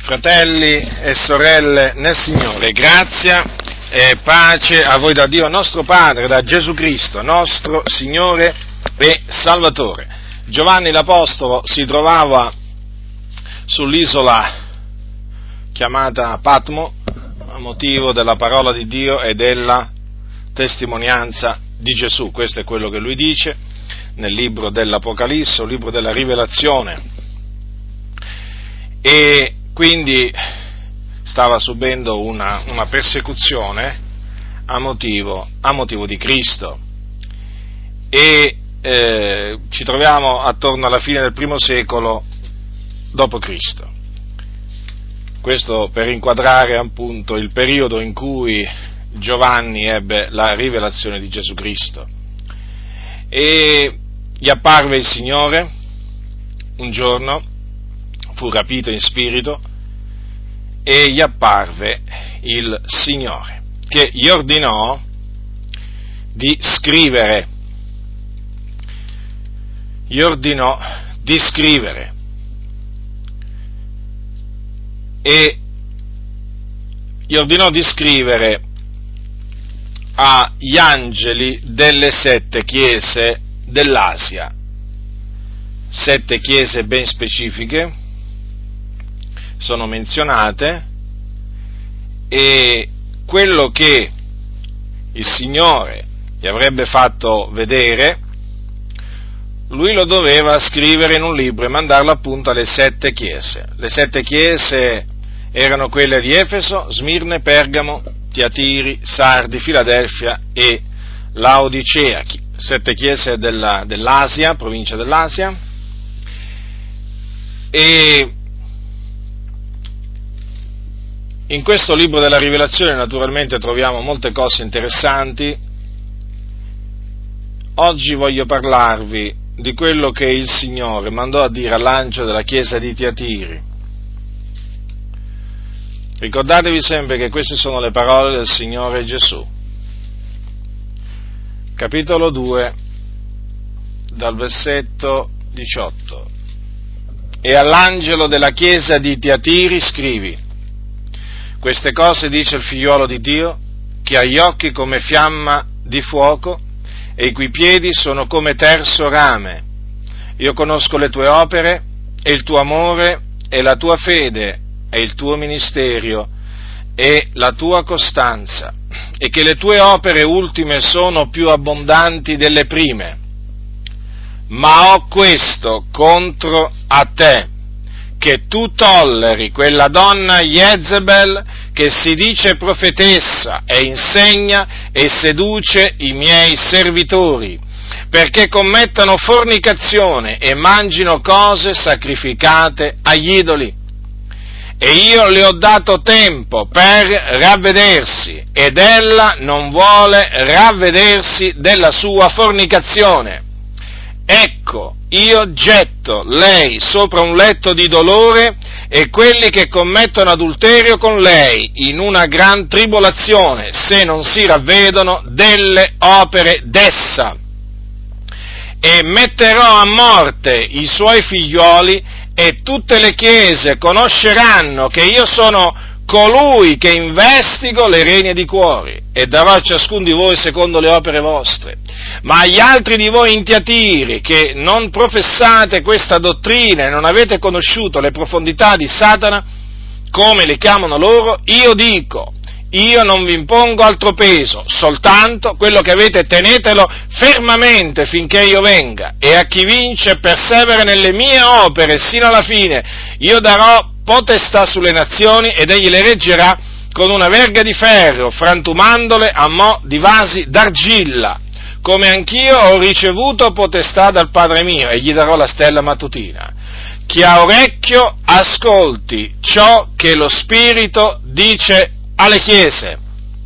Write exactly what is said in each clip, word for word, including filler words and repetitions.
Fratelli e sorelle nel Signore, grazia e pace a voi da Dio nostro Padre, da Gesù Cristo, nostro Signore e Salvatore. Giovanni l'Apostolo si trovava sull'isola chiamata Patmo a motivo della parola di Dio e della testimonianza di Gesù. Questo è quello che lui dice nel libro dell'Apocalisse, o libro della Rivelazione. E quindi stava subendo una, una persecuzione a motivo, a motivo di Cristo. E eh, ci troviamo attorno alla fine del primo secolo dopo Cristo. Questo per inquadrare appunto il periodo in cui Giovanni ebbe la rivelazione di Gesù Cristo. E gli apparve il Signore un giorno, fu rapito in spirito e gli apparve il Signore, che gli ordinò di scrivere, gli ordinò di scrivere e gli ordinò di scrivere agli angeli delle sette chiese dell'Asia, sette chiese ben specifiche sono menzionate, e quello che il Signore gli avrebbe fatto vedere, lui lo doveva scrivere in un libro e mandarlo appunto alle sette chiese. Le sette chiese erano quelle di Efeso, Smirne, Pergamo, Tiatiri, Sardi, Filadelfia e Laodicea, sette chiese della, dell'Asia, provincia dell'Asia. E in questo libro della Rivelazione naturalmente troviamo molte cose interessanti. Oggi voglio parlarvi di quello che il Signore mandò a dire all'angelo della chiesa di Tiatiri. Ricordatevi sempre che queste sono le parole del Signore Gesù. Capitolo due, dal versetto diciotto. E all'angelo della chiesa di Tiatiri scrivi: queste cose dice il figliuolo di Dio, che ha gli occhi come fiamma di fuoco e i cui piedi sono come terso rame. Io conosco le tue opere e il tuo amore e la tua fede e il tuo ministerio e la tua costanza, e che le tue opere ultime sono più abbondanti delle prime. Ma ho questo contro a te, che tu tolleri quella donna Jezebel, che si dice profetessa e insegna e seduce i miei servitori, perché commettano fornicazione e mangino cose sacrificate agli idoli. E io le ho dato tempo per ravvedersi, ed ella non vuole ravvedersi della sua fornicazione. Ecco, io getto lei sopra un letto di dolore e quelli che commettono adulterio con lei in una gran tribolazione, se non si ravvedono delle opere d'essa. E metterò a morte i suoi figlioli, e tutte le chiese conosceranno che io sono colui che investigo le reni di cuori, e darò a ciascun di voi secondo le opere vostre. Ma agli altri di voi in Tiatiri, che non professate questa dottrina e non avete conosciuto le profondità di Satana, come le chiamano loro, io dico: io non vi impongo altro peso, soltanto quello che avete tenetelo fermamente finché io venga, e a chi vince e persevera nelle mie opere sino alla fine, io darò potestà sulle nazioni, ed egli le reggerà con una verga di ferro, frantumandole a mo' di vasi d'argilla, come anch'io ho ricevuto potestà dal Padre mio, e gli darò la stella mattutina. Chi ha orecchio ascolti ciò che lo Spirito dice alle chiese.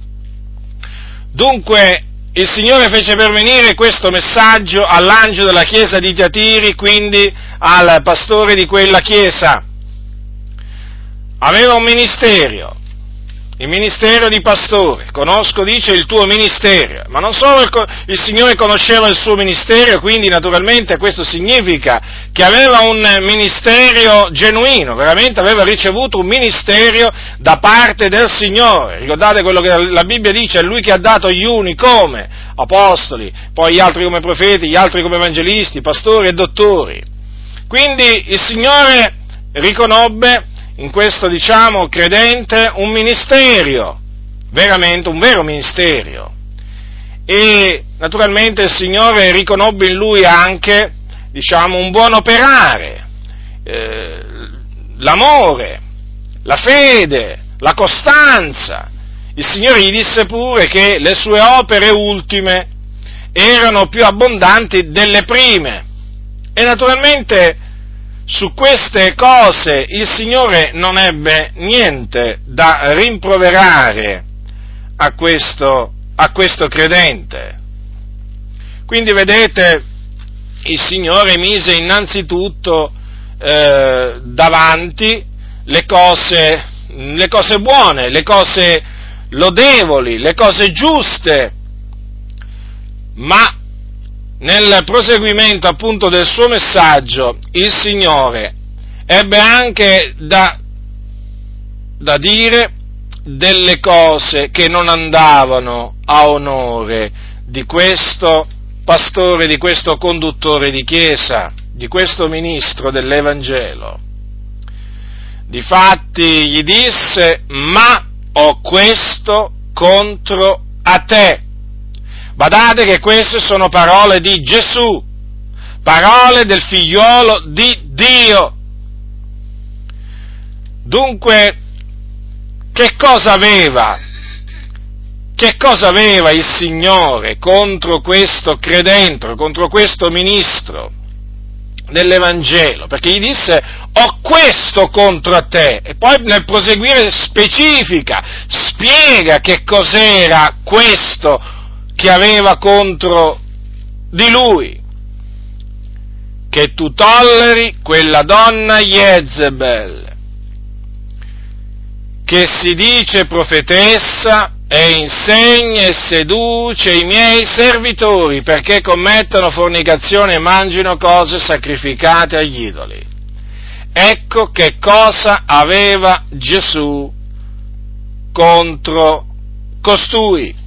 Dunque il Signore fece pervenire questo messaggio all'angelo della chiesa di Tiatiri, quindi al pastore di quella chiesa. Aveva un ministero, il ministero di pastore, conosco, dice, il tuo ministero, ma non solo il, il Signore conosceva il suo ministero, quindi naturalmente questo significa che aveva un ministero genuino, veramente aveva ricevuto un ministero da parte del Signore. Ricordate quello che la Bibbia dice, è Lui che ha dato gli uni come apostoli, poi gli altri come profeti, gli altri come evangelisti, pastori e dottori. Quindi il Signore riconobbe in questo, diciamo, credente un ministero, veramente un vero ministero, e naturalmente il Signore riconobbe in lui anche, diciamo, un buon operare, eh, l'amore, la fede, la costanza. Il Signore gli disse pure che le sue opere ultime erano più abbondanti delle prime, e naturalmente su queste cose il Signore non ebbe niente da rimproverare a questo, a questo credente. Quindi vedete, il Signore mise innanzitutto eh, davanti le cose, le cose buone, le cose lodevoli, le cose giuste, ma nel proseguimento appunto del suo messaggio, il Signore ebbe anche da, da dire delle cose che non andavano a onore di questo pastore, di questo conduttore di chiesa, di questo ministro dell'Evangelo. Difatti gli disse: ma ho questo contro a te. Badate che queste sono parole di Gesù, parole del figliolo di Dio. Dunque, che cosa aveva? Che cosa aveva il Signore contro questo credente, contro questo ministro dell'Evangelo? Perché gli disse: ho questo contro a te, e poi nel proseguire specifica, spiega che cos'era questo che aveva contro di lui: che tu tolleri quella donna Jezebel, che si dice profetessa e insegna e seduce i miei servitori perché commettano fornicazione e mangino cose sacrificate agli idoli. Ecco che cosa aveva Gesù contro costui.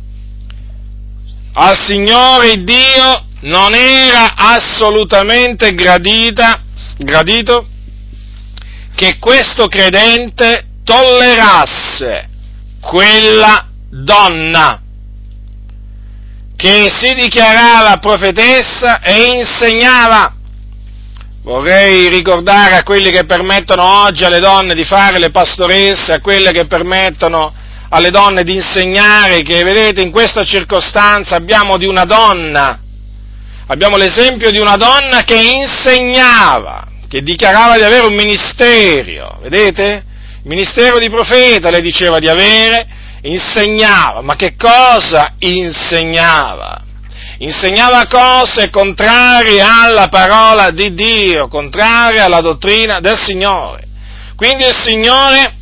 Al Signore Dio non era assolutamente gradita, gradito che questo credente tollerasse quella donna che si dichiarava profetessa e insegnava. Vorrei ricordare a quelli che permettono oggi alle donne di fare le pastoresse, a quelle che permettono alle donne di insegnare, che vedete in questa circostanza abbiamo di una donna, abbiamo l'esempio di una donna che insegnava, che dichiarava di avere un ministero, vedete? Il ministero di profeta le diceva di avere, insegnava, ma che cosa insegnava? Insegnava cose contrarie alla parola di Dio, contrarie alla dottrina del Signore. Quindi il Signore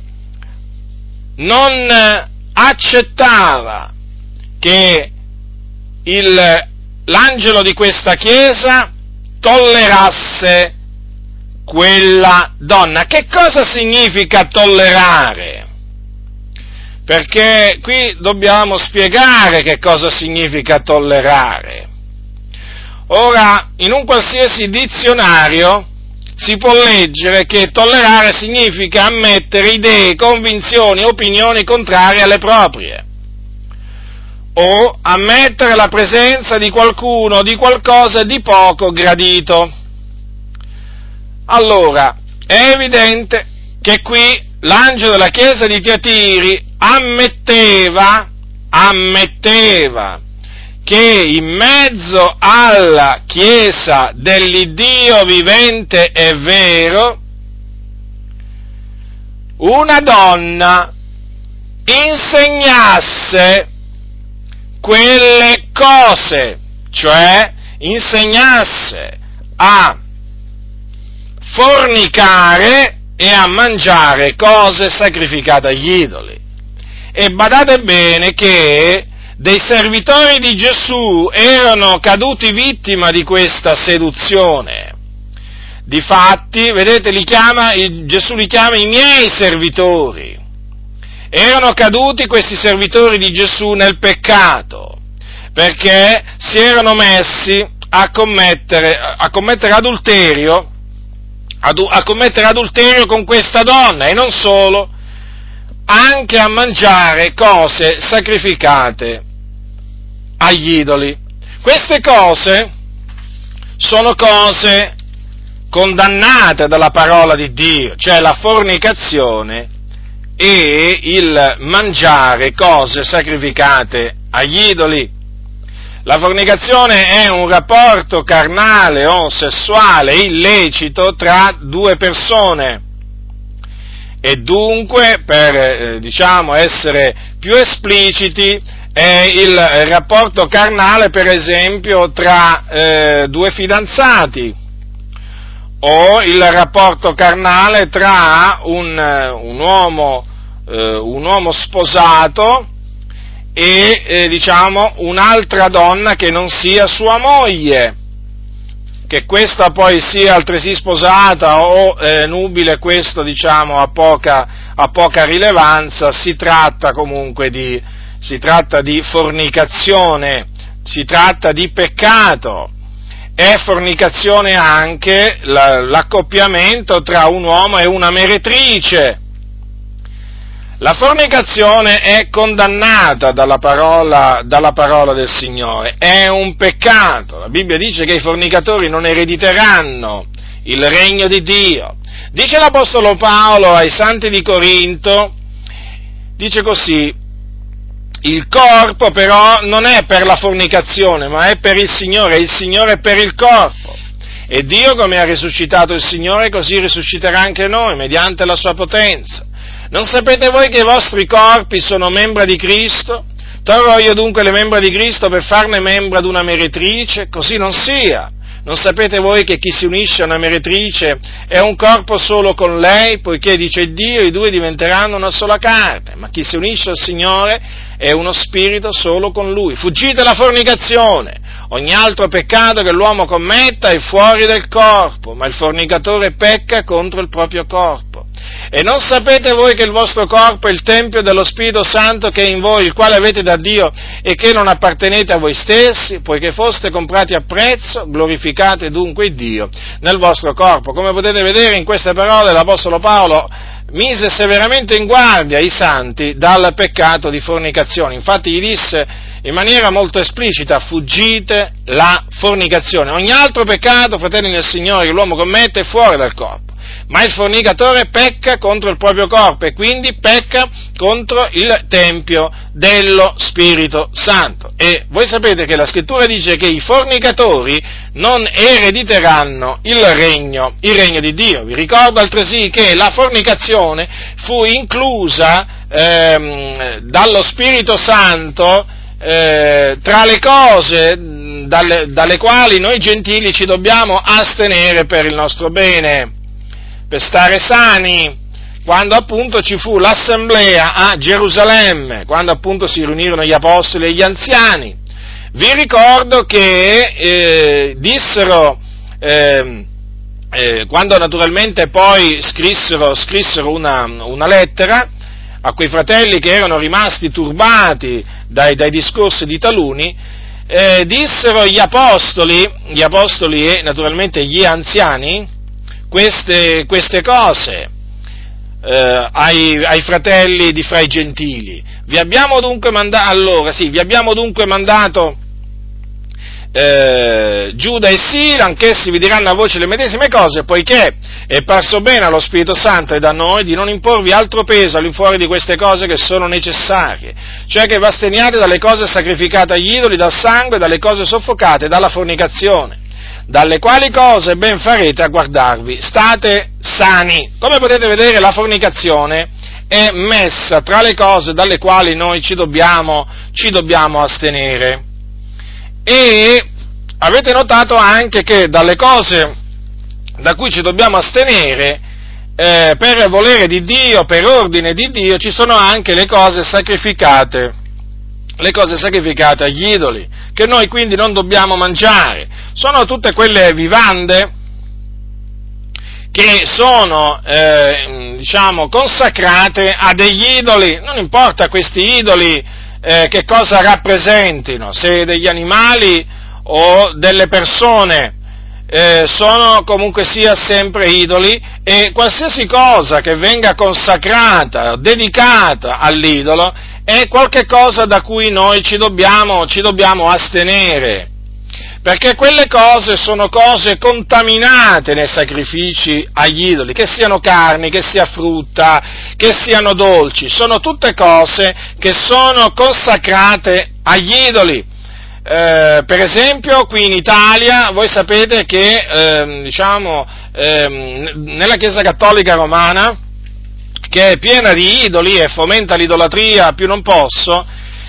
non accettava che il, l'angelo di questa chiesa tollerasse quella donna. Che cosa significa tollerare? Perché qui dobbiamo spiegare che cosa significa tollerare. Ora, in un qualsiasi dizionario si può leggere che tollerare significa ammettere idee, convinzioni, opinioni contrarie alle proprie, o ammettere la presenza di qualcuno o di qualcosa di poco gradito. Allora, è evidente che qui l'angelo della chiesa di Tiatiri ammetteva, ammetteva che in mezzo alla chiesa dell'Iddio vivente e vero una donna insegnasse quelle cose, cioè insegnasse a fornicare e a mangiare cose sacrificate agli idoli. E badate bene che dei servitori di Gesù erano caduti vittima di questa seduzione. Difatti, vedete, li chiama, Gesù li chiama i miei servitori. Erano caduti questi servitori di Gesù nel peccato, perché si erano messi a commettere, a commettere adulterio, a commettere adulterio con questa donna, e non solo, anche a mangiare cose sacrificate agli idoli. Queste cose sono cose condannate dalla parola di Dio, cioè la fornicazione e il mangiare cose sacrificate agli idoli. La fornicazione è un rapporto carnale o sessuale illecito tra due persone, e dunque, per eh, diciamo essere più espliciti, è il rapporto carnale, per esempio, tra eh, due fidanzati, o il rapporto carnale tra un, un uomo eh, un uomo sposato e eh, diciamo un'altra donna che non sia sua moglie, che questa poi sia altresì sposata o eh, nubile, questo diciamo ha poca, ha poca rilevanza. Si tratta comunque di, si tratta di fornicazione, si tratta di peccato. È fornicazione anche l'accoppiamento tra un uomo e una meretrice. La fornicazione è condannata dalla parola, dalla parola del Signore, è un peccato. La Bibbia dice che i fornicatori non erediteranno il regno di Dio. Dice l'Apostolo Paolo ai Santi di Corinto, dice così: il corpo però non è per la fornicazione, ma è per il Signore, e il Signore è per il corpo. E Dio, come ha risuscitato il Signore, così risusciterà anche noi, mediante la sua potenza. Non sapete voi che i vostri corpi sono membra di Cristo? Torrò io dunque le membra di Cristo per farne membra ad una meretrice? Così non sia. Non sapete voi che chi si unisce a una meretrice è un corpo solo con lei, poiché dice Dio, i due diventeranno una sola carne, ma chi si unisce al Signore è uno spirito solo con Lui. Fuggite la fornicazione. Ogni altro peccato che l'uomo commetta è fuori del corpo, ma il fornicatore pecca contro il proprio corpo. E non sapete voi che il vostro corpo è il tempio dello Spirito Santo che è in voi, il quale avete da Dio, e che non appartenete a voi stessi, poiché foste comprati a prezzo? Glorificate dunque Dio nel vostro corpo. Come potete vedere, in queste parole l'Apostolo Paolo mise severamente in guardia i santi dal peccato di fornicazione. Infatti gli disse in maniera molto esplicita: fuggite la fornicazione. Ogni altro peccato, fratelli nel Signore, che l'uomo commette è fuori dal corpo, ma il fornicatore pecca contro il proprio corpo, e quindi pecca contro il Tempio dello Spirito Santo. E voi sapete che la Scrittura dice che i fornicatori non erediteranno il regno, il regno di Dio. Vi ricordo altresì che la fornicazione fu inclusa ehm, dallo Spirito Santo eh, tra le cose dalle, dalle quali noi gentili ci dobbiamo astenere per il nostro bene, per stare sani, quando appunto ci fu l'assemblea a Gerusalemme, quando appunto si riunirono gli apostoli e gli anziani. Vi ricordo che eh, dissero, eh, eh, quando naturalmente poi scrissero, scrissero una, una lettera a quei fratelli che erano rimasti turbati dai, dai discorsi di taluni, eh, dissero gli apostoli, gli apostoli e naturalmente gli anziani, Queste, queste cose eh, ai, ai fratelli di fra i gentili. Vi abbiamo dunque mandato, allora sì, vi abbiamo dunque mandato eh, Giuda e Sila, anch'essi vi diranno a voce le medesime cose, poiché è parso bene allo Spirito Santo e da noi di non imporvi altro peso all'infuori di queste cose che sono necessarie, cioè che v'asteniate dalle cose sacrificate agli idoli, dal sangue, dalle cose soffocate, dalla fornicazione, dalle quali cose ben farete a guardarvi. State sani. Come potete vedere, la fornicazione è messa tra le cose dalle quali noi ci dobbiamo, ci dobbiamo astenere. E avete notato anche che dalle cose da cui ci dobbiamo astenere eh, per volere di Dio, per ordine di Dio, ci sono anche le cose sacrificate, le cose sacrificate agli idoli, che noi quindi non dobbiamo mangiare. Sono tutte quelle vivande che sono, eh, diciamo, consacrate a degli idoli, non importa questi idoli eh, che cosa rappresentino, se degli animali o delle persone, eh, sono comunque sia sempre idoli, e qualsiasi cosa che venga consacrata, dedicata all'idolo, è qualche cosa da cui noi ci dobbiamo, ci dobbiamo astenere. Perché quelle cose sono cose contaminate nei sacrifici agli idoli, che siano carni, che sia frutta, che siano dolci, sono tutte cose che sono consacrate agli idoli. Eh, per esempio, qui in Italia, voi sapete che, eh, diciamo, eh, nella Chiesa Cattolica Romana, che è piena di idoli e fomenta l'idolatria più non posso,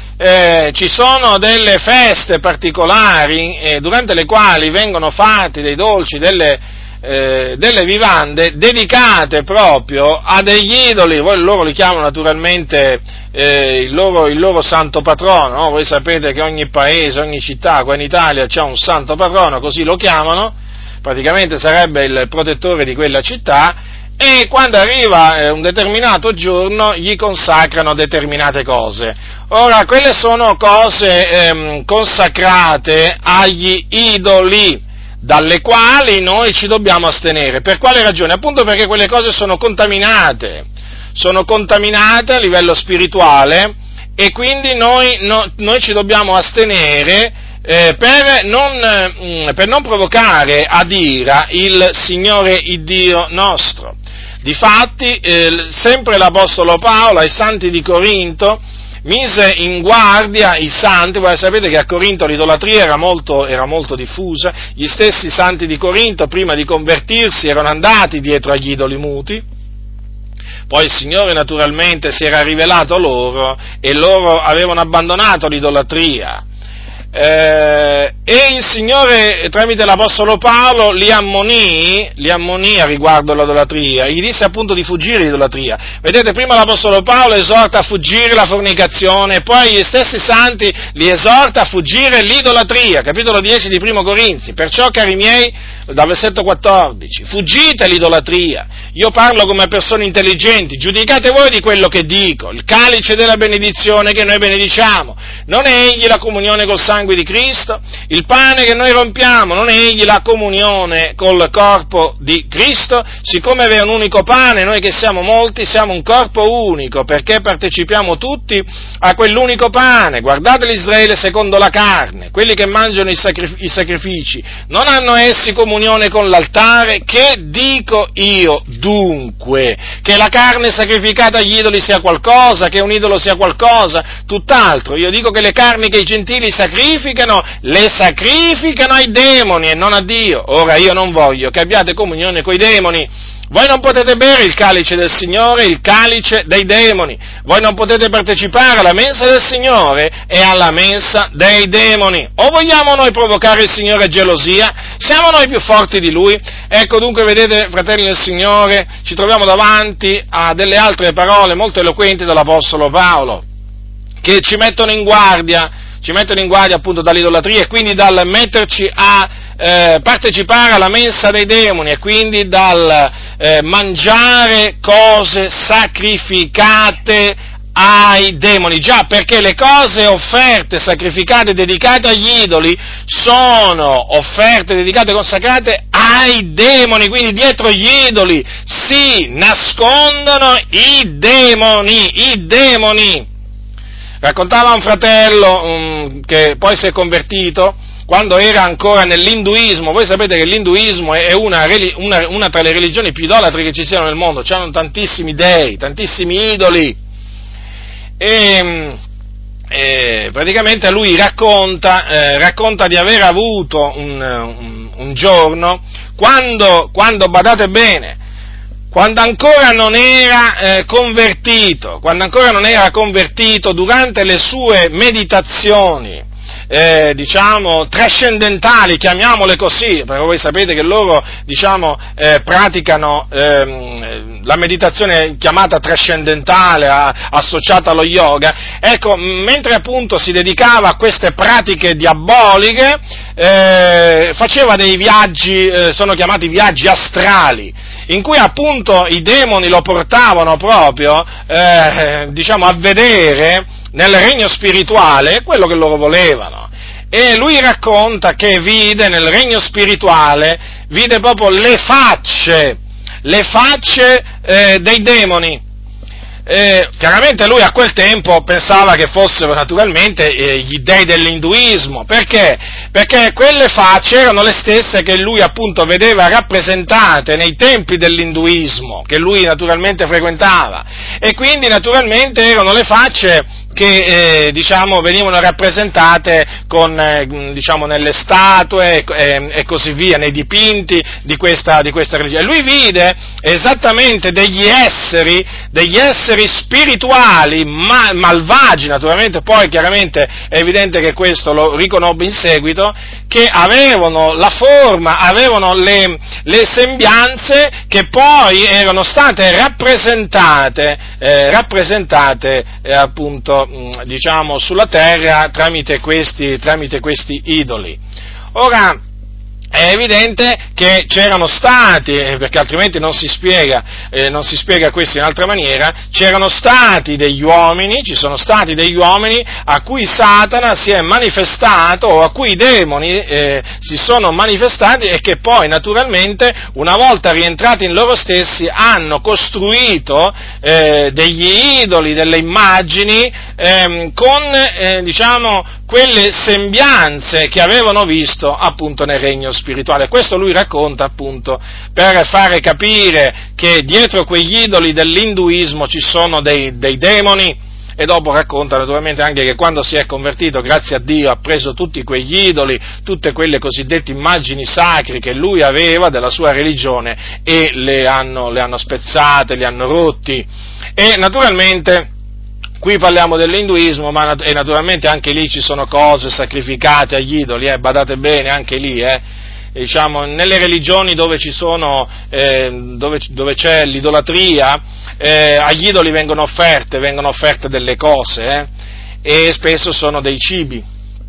Eh, ci sono delle feste particolari eh, durante le quali vengono fatti dei dolci, delle, eh, delle vivande dedicate proprio a degli idoli. Voi loro li chiamano naturalmente eh, il, loro, il loro santo patrono, no? Voi sapete che ogni paese, ogni città qua in Italia c'ha un santo patrono, così lo chiamano, praticamente sarebbe il protettore di quella città. E quando arriva eh, un determinato giorno gli consacrano determinate cose. Ora, quelle sono cose ehm, consacrate agli idoli, dalle quali noi ci dobbiamo astenere. Per quale ragione? Appunto perché quelle cose sono contaminate, sono contaminate a livello spirituale, e quindi noi, no, noi ci dobbiamo astenere Eh, per, non, mh, per non provocare ad ira il Signore Iddio nostro. Difatti, eh, sempre l'Apostolo Paolo ai santi di Corinto mise in guardia i santi. Voi sapete che a Corinto l'idolatria era molto, era molto diffusa, gli stessi santi di Corinto prima di convertirsi erano andati dietro agli idoli muti. Poi il Signore naturalmente si era rivelato loro e loro avevano abbandonato l'idolatria. Eh, e il Signore tramite l'Apostolo Paolo li ammonì, li ammonì a riguardo all'idolatria, gli disse appunto di fuggire l'idolatria. Vedete, prima l'Apostolo Paolo esorta a fuggire la fornicazione, e poi gli stessi santi li esorta a fuggire l'idolatria, capitolo dieci di Primo Corinzi. Perciò, cari miei, dal versetto quattordici, fuggite l'idolatria. Io parlo come persone intelligenti, giudicate voi di quello che dico. Il calice della benedizione che noi benediciamo, non è egli la comunione col sangue di Cristo? Il pane che noi rompiamo, non è egli la comunione col corpo di Cristo? Siccome vi è un unico pane, noi che siamo molti siamo un corpo unico, perché partecipiamo tutti a quell'unico pane. Guardate l'Israele secondo la carne, quelli che mangiano i, sacrif- i sacrifici, non hanno essi comunione con l'altare? Che dico io dunque? Che la carne sacrificata agli idoli sia qualcosa, che un idolo sia qualcosa? Tutt'altro. Io dico che le carni che i gentili sacrificano, le sacrificano ai demoni e non a Dio. Ora io non voglio che abbiate comunione coi demoni. Voi non potete bere il calice del Signore, il calice dei demoni. Voi non potete partecipare alla mensa del Signore e alla mensa dei demoni. O vogliamo noi provocare il Signore a gelosia? Siamo noi più forti di Lui? Ecco, dunque, vedete, fratelli del Signore, ci troviamo davanti a delle altre parole molto eloquenti dell'Apostolo Paolo, che ci mettono in guardia, ci mettono in guardia appunto dall'idolatria, e quindi dal metterci a eh, partecipare alla mensa dei demoni, e quindi dal eh, mangiare cose sacrificate ai demoni. Già, perché le cose offerte, sacrificate, dedicate agli idoli sono offerte, dedicate, consacrate ai demoni. Quindi dietro gli idoli si nascondono i demoni, i demoni. Raccontava un fratello um, che poi si è convertito quando era ancora nell'induismo. Voi sapete che l'induismo è una, una, una tra le religioni più idolatre che ci siano nel mondo, c'hanno tantissimi dei, tantissimi idoli, e, e praticamente lui racconta, eh, racconta di aver avuto un, un, un giorno, quando, quando, badate bene, quando ancora non era eh, convertito, quando ancora non era convertito, durante le sue meditazioni, eh, diciamo, trascendentali, chiamiamole così, perché voi sapete che loro, diciamo, eh, praticano ehm, la meditazione chiamata trascendentale, a, associata allo yoga. Ecco, mentre appunto si dedicava a queste pratiche diaboliche, eh, faceva dei viaggi, eh, sono chiamati viaggi astrali, in cui appunto i demoni lo portavano proprio, eh, diciamo, a vedere nel regno spirituale quello che loro volevano. E lui racconta che vide nel regno spirituale, vide proprio le facce, le facce eh, dei demoni. Eh, chiaramente lui a quel tempo pensava che fossero naturalmente eh, gli dei dell'induismo. Perché? Perché quelle facce erano le stesse che lui appunto vedeva rappresentate nei templi dell'induismo, che lui naturalmente frequentava, e quindi naturalmente erano le facce che eh, diciamo venivano rappresentate con eh, diciamo nelle statue e, e così via, nei dipinti di questa, di questa religione. E lui vide esattamente degli esseri, degli esseri spirituali, ma, malvagi naturalmente, poi chiaramente è evidente che questo lo riconobbe in seguito, che avevano la forma, avevano le, le sembianze che poi erano state rappresentate, eh, rappresentate eh, appunto mh, diciamo sulla terra tramite questi, tramite questi idoli. Ora, è evidente che c'erano stati, perché altrimenti non si spiega, eh, non si spiega questo in altra maniera, c'erano stati degli uomini, ci sono stati degli uomini a cui Satana si è manifestato, o a cui i demoni eh, si sono manifestati, e che poi naturalmente, una volta rientrati in loro stessi, hanno costruito eh, degli idoli, delle immagini, ehm, con, eh, diciamo, quelle sembianze che avevano visto appunto nel regno spirituale. Questo lui racconta appunto per fare capire che dietro quegli idoli dell'induismo ci sono dei, dei demoni, e dopo racconta naturalmente anche che quando si è convertito, grazie a Dio, ha preso tutti quegli idoli, tutte quelle cosiddette immagini sacre che lui aveva della sua religione, e le hanno, le hanno spezzate, le hanno rotti. E naturalmente qui parliamo dell'induismo, ma e naturalmente anche lì ci sono cose sacrificate agli idoli, eh, badate bene, anche lì, eh, diciamo, nelle religioni dove ci sono, eh, dove, dove c'è l'idolatria, eh, agli idoli vengono offerte, vengono offerte delle cose, eh, e spesso sono dei cibi,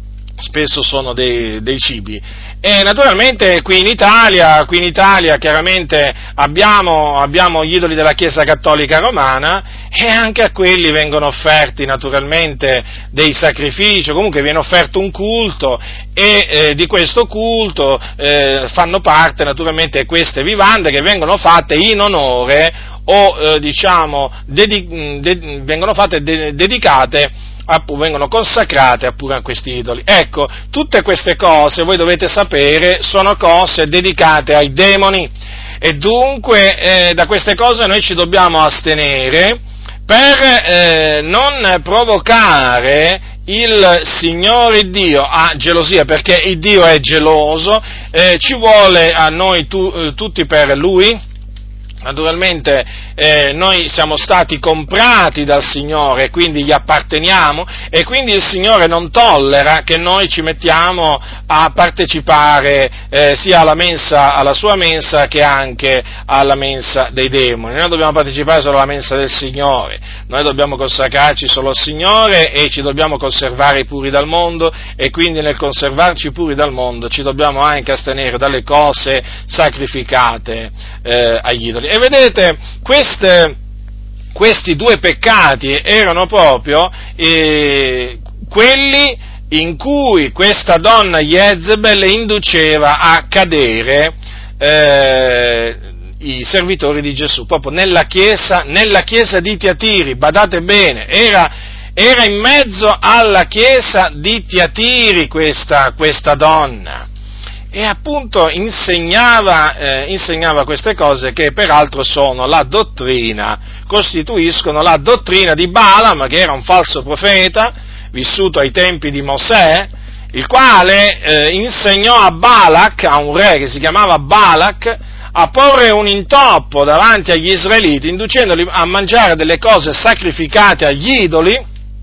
spesso sono dei, dei cibi. E naturalmente qui in Italia, qui in Italia chiaramente abbiamo, abbiamo gli idoli della Chiesa Cattolica Romana, e anche a quelli vengono offerti naturalmente dei sacrifici, comunque viene offerto un culto, e eh, di questo culto eh, fanno parte naturalmente queste vivande che vengono fatte in onore o eh, diciamo dedi- de- vengono fatte de- dedicate vengono consacrate appunto a questi idoli. Ecco, tutte queste cose, voi dovete sapere, sono cose dedicate ai demoni, e dunque eh, da queste cose noi ci dobbiamo astenere per eh, non provocare il Signore Dio a gelosia, perché il Dio è geloso, eh, ci vuole a noi tu, eh, tutti per Lui. Naturalmente eh, noi siamo stati comprati dal Signore, quindi gli apparteniamo, e quindi il Signore non tollera che noi ci mettiamo a partecipare eh, sia alla mensa, alla sua mensa, che anche alla mensa dei demoni. Noi dobbiamo partecipare solo alla mensa del Signore, noi dobbiamo consacrarci solo al Signore e ci dobbiamo conservare puri dal mondo, e quindi nel conservarci puri dal mondo ci dobbiamo anche astenere dalle cose sacrificate eh, agli idoli. E vedete, queste, questi due peccati erano proprio eh, quelli in cui questa donna Jezebel induceva a cadere eh, i servitori di Gesù, proprio nella chiesa, nella chiesa di Tiatiri, badate bene, era, era in mezzo alla chiesa di Tiatiri questa, questa donna. E appunto insegnava, eh, insegnava queste cose, che peraltro sono la dottrina, costituiscono la dottrina di Balaam, che era un falso profeta, vissuto ai tempi di Mosè, il quale eh, insegnò a Balak, a un re che si chiamava Balak, a porre un intoppo davanti agli israeliti, inducendoli a mangiare delle cose sacrificate agli idoli,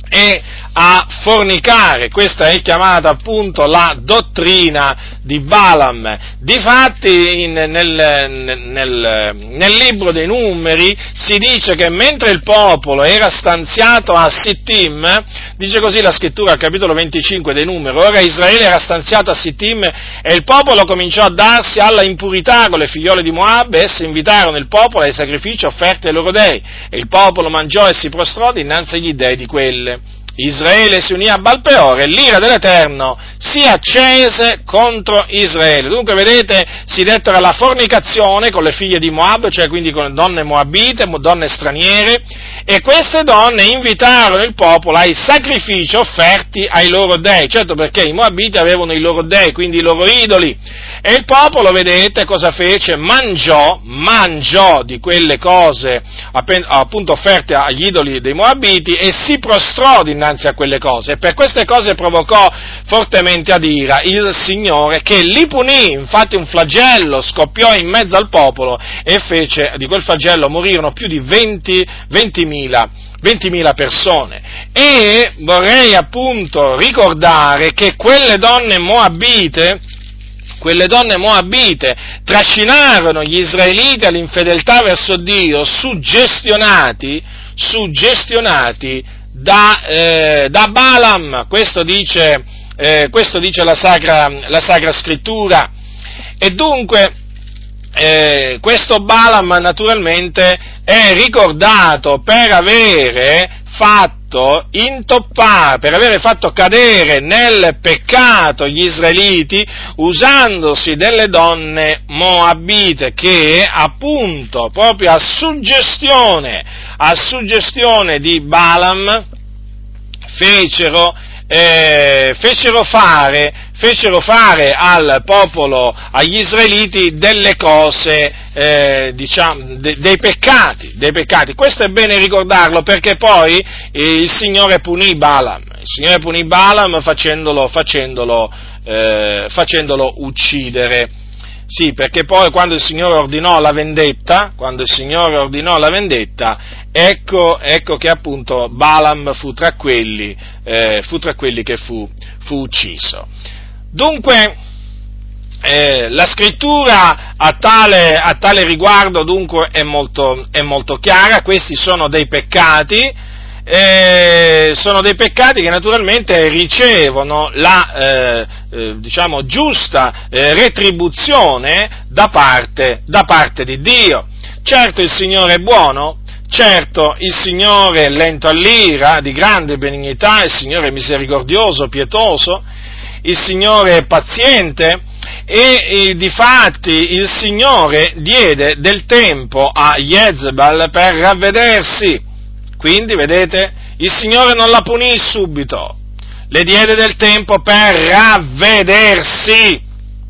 e a fornicare. Questa è chiamata appunto la dottrina di Balaam. Difatti in, nel, nel, nel libro dei Numeri si dice che mentre il popolo era stanziato a Sittim, dice così la scrittura al capitolo venticinque dei Numeri: ora Israele era stanziato a Sittim e il popolo cominciò a darsi alla impurità con le figliole di Moab, e esse invitarono il popolo ai sacrifici offerti ai loro dei, e il popolo mangiò e si prostrò dinanzi agli dei di quelle. Israele si unì a Balpeor e l'ira dell'Eterno si accese contro Israele. Dunque, vedete, si dettero alla fornicazione con le figlie di Moab, cioè quindi con donne moabite, donne straniere, e queste donne invitarono il popolo ai sacrifici offerti ai loro dei, certo, perché i moabiti avevano i loro dei, quindi i loro idoli, e il popolo, vedete, cosa fece? Mangiò, mangiò di quelle cose appunto offerte agli idoli dei moabiti e si prostrò dinanzi a quelle cose, e per queste cose provocò fortemente ad ira il Signore, che li punì. Infatti un flagello scoppiò in mezzo al popolo e fece, di quel flagello morirono più di ventimila persone. E vorrei appunto ricordare che quelle donne moabite quelle donne moabite trascinarono gli israeliti all'infedeltà verso Dio, suggestionati, suggestionati da, eh, da Balaam. Questo dice, eh, questo dice la Sacra, la Sacra Scrittura. E dunque, eh, questo Balaam naturalmente è ricordato per avere fatto intoppare, per avere fatto cadere nel peccato gli israeliti usandosi delle donne moabite che appunto proprio a suggestione, a suggestione di Balaam fecero, eh, fecero fare, fecero fare al popolo, agli israeliti delle cose, eh, diciamo, de, dei peccati, dei peccati. Questo è bene ricordarlo, perché poi eh, il Signore punì Balaam, il Signore punì Balaam facendolo, facendolo, eh, facendolo uccidere. Sì, perché poi quando il Signore ordinò la vendetta, quando il Signore ordinò la vendetta, ecco, ecco che appunto Balaam fu tra quelli, eh, fu tra quelli che fu, fu ucciso. Dunque, eh, la scrittura a tale, a tale riguardo dunque è molto, è molto chiara. Questi sono dei peccati, eh, sono dei peccati che naturalmente ricevono la, eh, eh, diciamo, giusta eh, retribuzione da parte, da parte di Dio. Certo il Signore è buono, certo il Signore è lento all'ira, di grande benignità, il Signore è misericordioso, pietoso, il Signore è paziente, e, e difatti il Signore diede del tempo a Jezebel per ravvedersi. Quindi, vedete, il Signore non la punì subito, le diede del tempo per ravvedersi.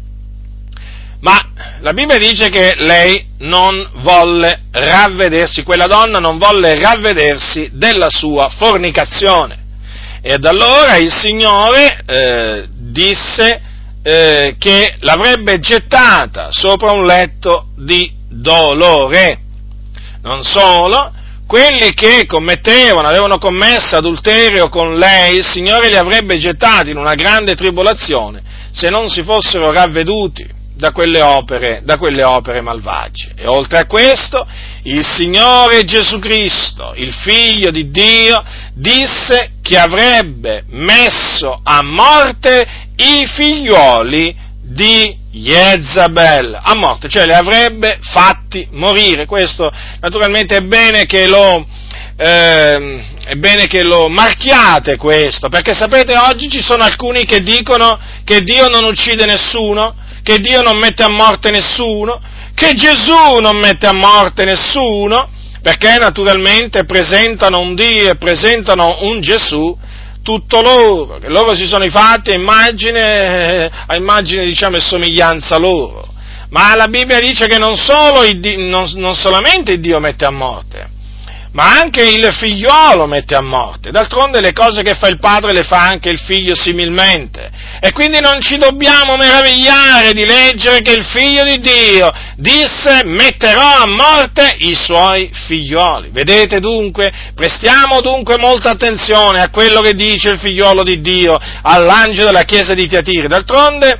Ma la Bibbia dice che lei non volle ravvedersi, quella donna non volle ravvedersi della sua fornicazione. Ed allora il Signore eh, disse eh, che l'avrebbe gettata sopra un letto di dolore. Non solo, quelli che commettevano, avevano commesso adulterio con lei, il Signore li avrebbe gettati in una grande tribolazione se non si fossero ravveduti da quelle opere, da quelle opere malvagie. E oltre a questo, il Signore Gesù Cristo, il Figlio di Dio, disse che avrebbe messo a morte i figlioli di Jezabel, a morte, cioè li avrebbe fatti morire. Questo naturalmente è bene che lo, eh, è bene che lo marchiate questo, perché sapete, oggi ci sono alcuni che dicono che Dio non uccide nessuno, che Dio non mette a morte nessuno, che Gesù non mette a morte nessuno, perché naturalmente presentano un Dio e presentano un Gesù tutto loro, che loro si sono fatti a immagine, a immagine diciamo e somiglianza loro. Ma la Bibbia dice che non, solo il Dio, non, non solamente il Dio mette a morte, ma anche il figliuolo mette a morte. D'altronde le cose che fa il padre le fa anche il figlio similmente. E quindi non ci dobbiamo meravigliare di leggere che il figlio di Dio disse: metterò a morte i suoi figlioli. Vedete dunque? Prestiamo dunque molta attenzione a quello che dice il figliuolo di Dio all'angelo della chiesa di Tiatira. D'altronde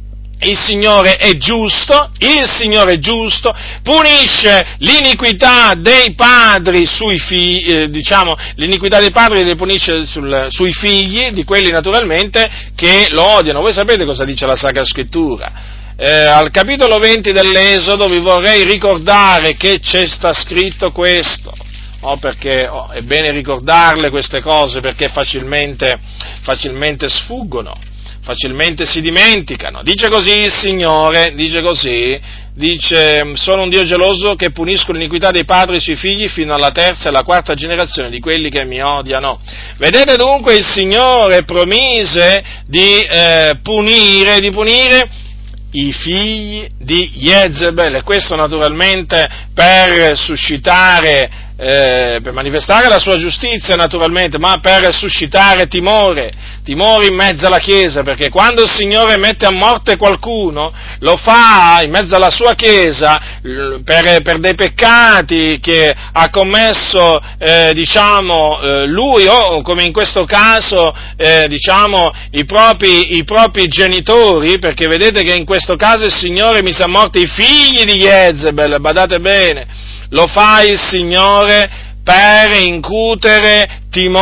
il Signore è giusto, il Signore è giusto, punisce l'iniquità dei padri sui figli, eh, diciamo, l'iniquità dei padri le punisce sul, sui figli, di quelli naturalmente che lo odiano. Voi sapete cosa dice la Sacra Scrittura? Eh, al capitolo venti dell'Esodo vi vorrei ricordare che c'è sta scritto questo. Oh, perché oh, è bene ricordarle queste cose, perché facilmente, facilmente sfuggono. Facilmente si dimenticano. Dice così il Signore, dice così, dice: sono un Dio geloso che punisco l'iniquità dei padri sui figli fino alla terza e alla quarta generazione di quelli che mi odiano. Vedete dunque, il Signore promise di eh, punire, di punire i figli di Jezebel, e questo naturalmente per suscitare Eh, per manifestare la sua giustizia naturalmente, ma per suscitare timore, timore in mezzo alla Chiesa, perché quando il Signore mette a morte qualcuno, lo fa in mezzo alla sua Chiesa per, per dei peccati che ha commesso, eh, diciamo, eh, lui o come in questo caso, eh, diciamo, i propri, i propri genitori, perché vedete che in questo caso il Signore mise a morte i figli di Jezebel, badate bene. Lo fa il Signore per incutere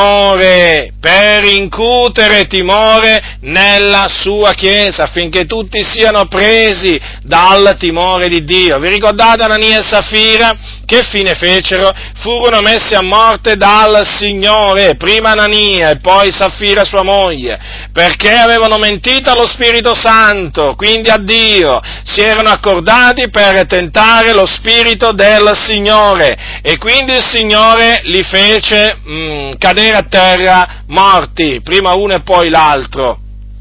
timore, per incutere timore nella sua Chiesa, affinché tutti siano presi dal timore di Dio. Vi ricordate Anania e Safira? Che fine fecero? Furono messi a morte dal Signore, prima Anania e poi Safira sua moglie, perché avevano mentito allo Spirito Santo, quindi a Dio, si erano accordati per tentare lo Spirito del Signore, e quindi il Signore li fece mh, cadere a terra morti, prima uno e poi l'altro.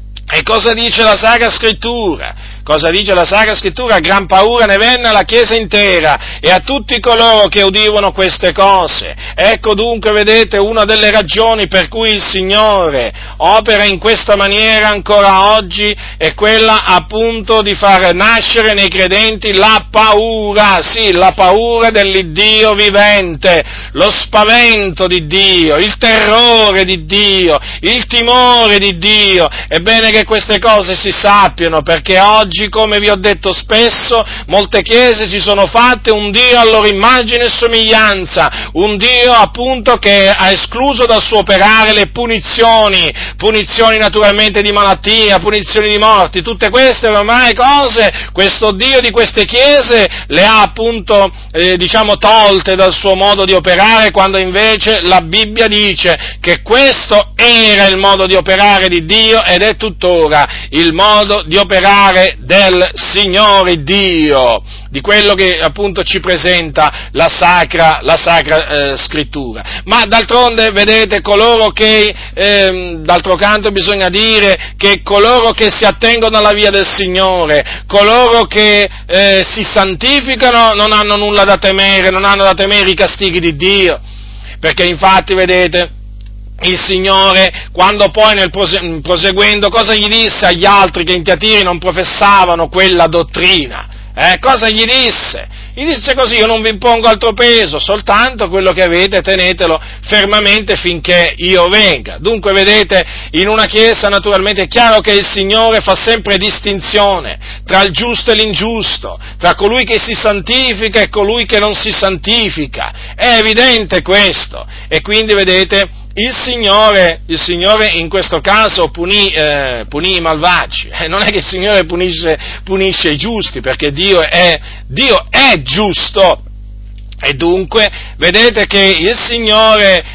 E cosa dice la Sacra Scrittura? Cosa dice la Sacra Scrittura? Gran paura ne venne alla Chiesa intera e a tutti coloro che udivano queste cose. Ecco dunque, vedete, una delle ragioni per cui il Signore opera in questa maniera ancora oggi è quella appunto di far nascere nei credenti la paura, sì, la paura dell'Iddio vivente, lo spavento di Dio, il terrore di Dio, il timore di Dio. È bene che queste cose si sappiano, perché oggi, come vi ho detto spesso, molte chiese si sono fatte un Dio a loro immagine e somiglianza, un Dio appunto che ha escluso dal suo operare le punizioni, punizioni naturalmente di malattia, punizioni di morti, tutte queste ormai cose, questo Dio di queste chiese le ha appunto, eh, diciamo, tolte dal suo modo di operare, quando invece la Bibbia dice che questo era il modo di operare di Dio ed è tuttora il modo di operare del Signore Dio, di quello che appunto ci presenta la Sacra, la Sacra eh, Scrittura. Ma d'altronde, vedete, coloro che, eh, d'altro canto bisogna dire che coloro che si attengono alla via del Signore, coloro che eh, si santificano, non hanno nulla da temere, non hanno da temere i castighi di Dio, perché infatti, vedete, il Signore, quando poi nel prose- proseguendo, cosa gli disse agli altri che in Tiatiri non professavano quella dottrina? Eh, cosa gli disse? Gli disse così: io non vi impongo altro peso, soltanto quello che avete tenetelo fermamente finché io venga. Dunque, vedete, in una chiesa naturalmente è chiaro che il Signore fa sempre distinzione tra il giusto e l'ingiusto, tra colui che si santifica e colui che non si santifica. È evidente questo, e quindi, vedete, Il Signore, il Signore in questo caso punì, eh, punì i malvagi, eh, non è che il Signore punisce, punisce i giusti, perché Dio è, Dio è giusto. E dunque, vedete che il Signore,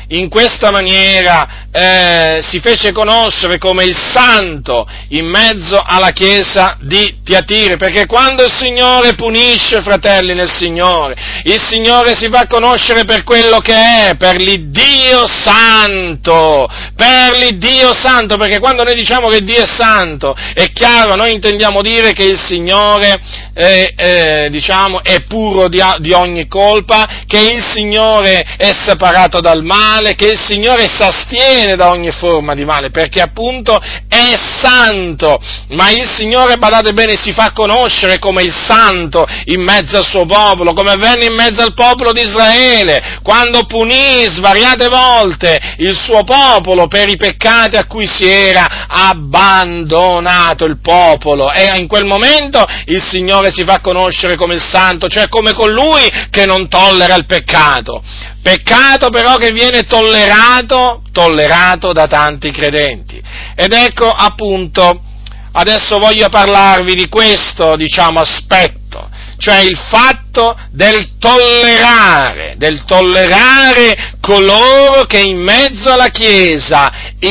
in questa maniera eh, si fece conoscere come il Santo in mezzo alla chiesa di Tiatire, perché quando il Signore punisce, fratelli nel Signore, il Signore si fa conoscere per quello che è, per l'Iddio Santo, per l'Iddio Santo, perché quando noi diciamo che Dio è Santo, è chiaro, noi intendiamo dire che il Signore è, è, diciamo, è puro di, di ogni colpa, che il Signore è separato dal male, che il Signore s'astiene da ogni forma di male, perché appunto è santo, ma il Signore, badate bene, si fa conoscere come il Santo in mezzo al suo popolo, come avvenne in mezzo al popolo di Israele, quando punì svariate volte il suo popolo per i peccati a cui si era abbandonato il popolo, e in quel momento il Signore si fa conoscere come il Santo, cioè come colui che non tollera il peccato. Peccato però che viene tollerato, tollerato da tanti credenti. Ed ecco appunto, adesso voglio parlarvi di questo, diciamo, aspetto, cioè il fatto del tollerare, del tollerare coloro che in mezzo alla Chiesa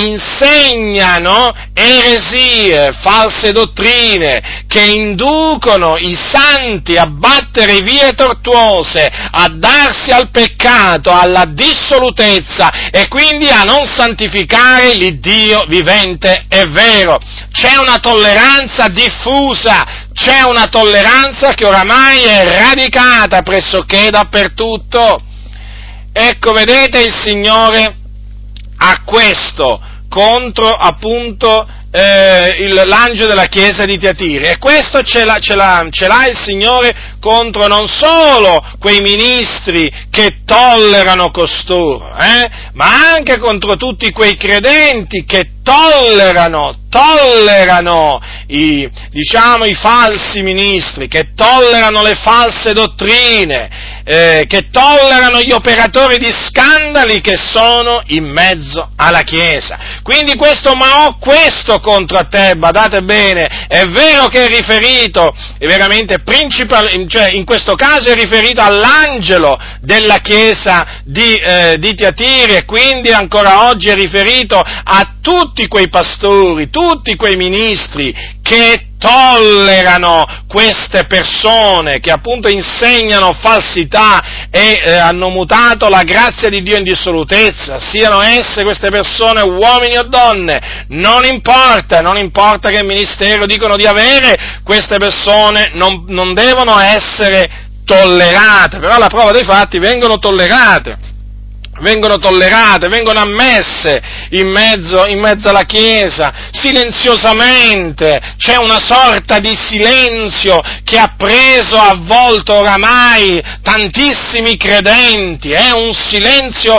insegnano eresie, false dottrine, che inducono i santi a battere vie tortuose, a darsi al peccato, alla dissolutezza e quindi a non santificare l'Iddio vivente e vero. C'è una tolleranza diffusa, c'è una tolleranza che oramai è radicata pressoché dappertutto. Ecco, vedete, il Signore ha questo contro, appunto, eh, il, l'angelo della chiesa di Tiatire, e questo ce l'ha, ce, l'ha, ce l'ha il Signore contro non solo quei ministri che tollerano costoro, eh, ma anche contro tutti quei credenti che tollerano, tollerano i, diciamo, i falsi ministri, che tollerano le false dottrine, eh, che tollerano gli operatori di scandali che sono in mezzo alla Chiesa. Quindi questo, ma ho questo contro a te, badate bene, è vero che è riferito, è veramente principalmente, cioè in questo caso è riferito all'angelo della Chiesa di, eh, di Tiatire, e quindi ancora oggi è riferito a tutti quei pastori, tutti quei ministri che tollerano queste persone, che appunto insegnano falsità e eh, hanno mutato la grazia di Dio in dissolutezza, siano esse queste persone uomini o donne, non importa, non importa che ministero dicono di avere, queste persone non, non devono essere tollerate, però la prova dei fatti vengono tollerate. vengono tollerate, vengono ammesse in mezzo, in mezzo alla Chiesa, silenziosamente. C'è una sorta di silenzio che ha preso, avvolto oramai tantissimi credenti, è un silenzio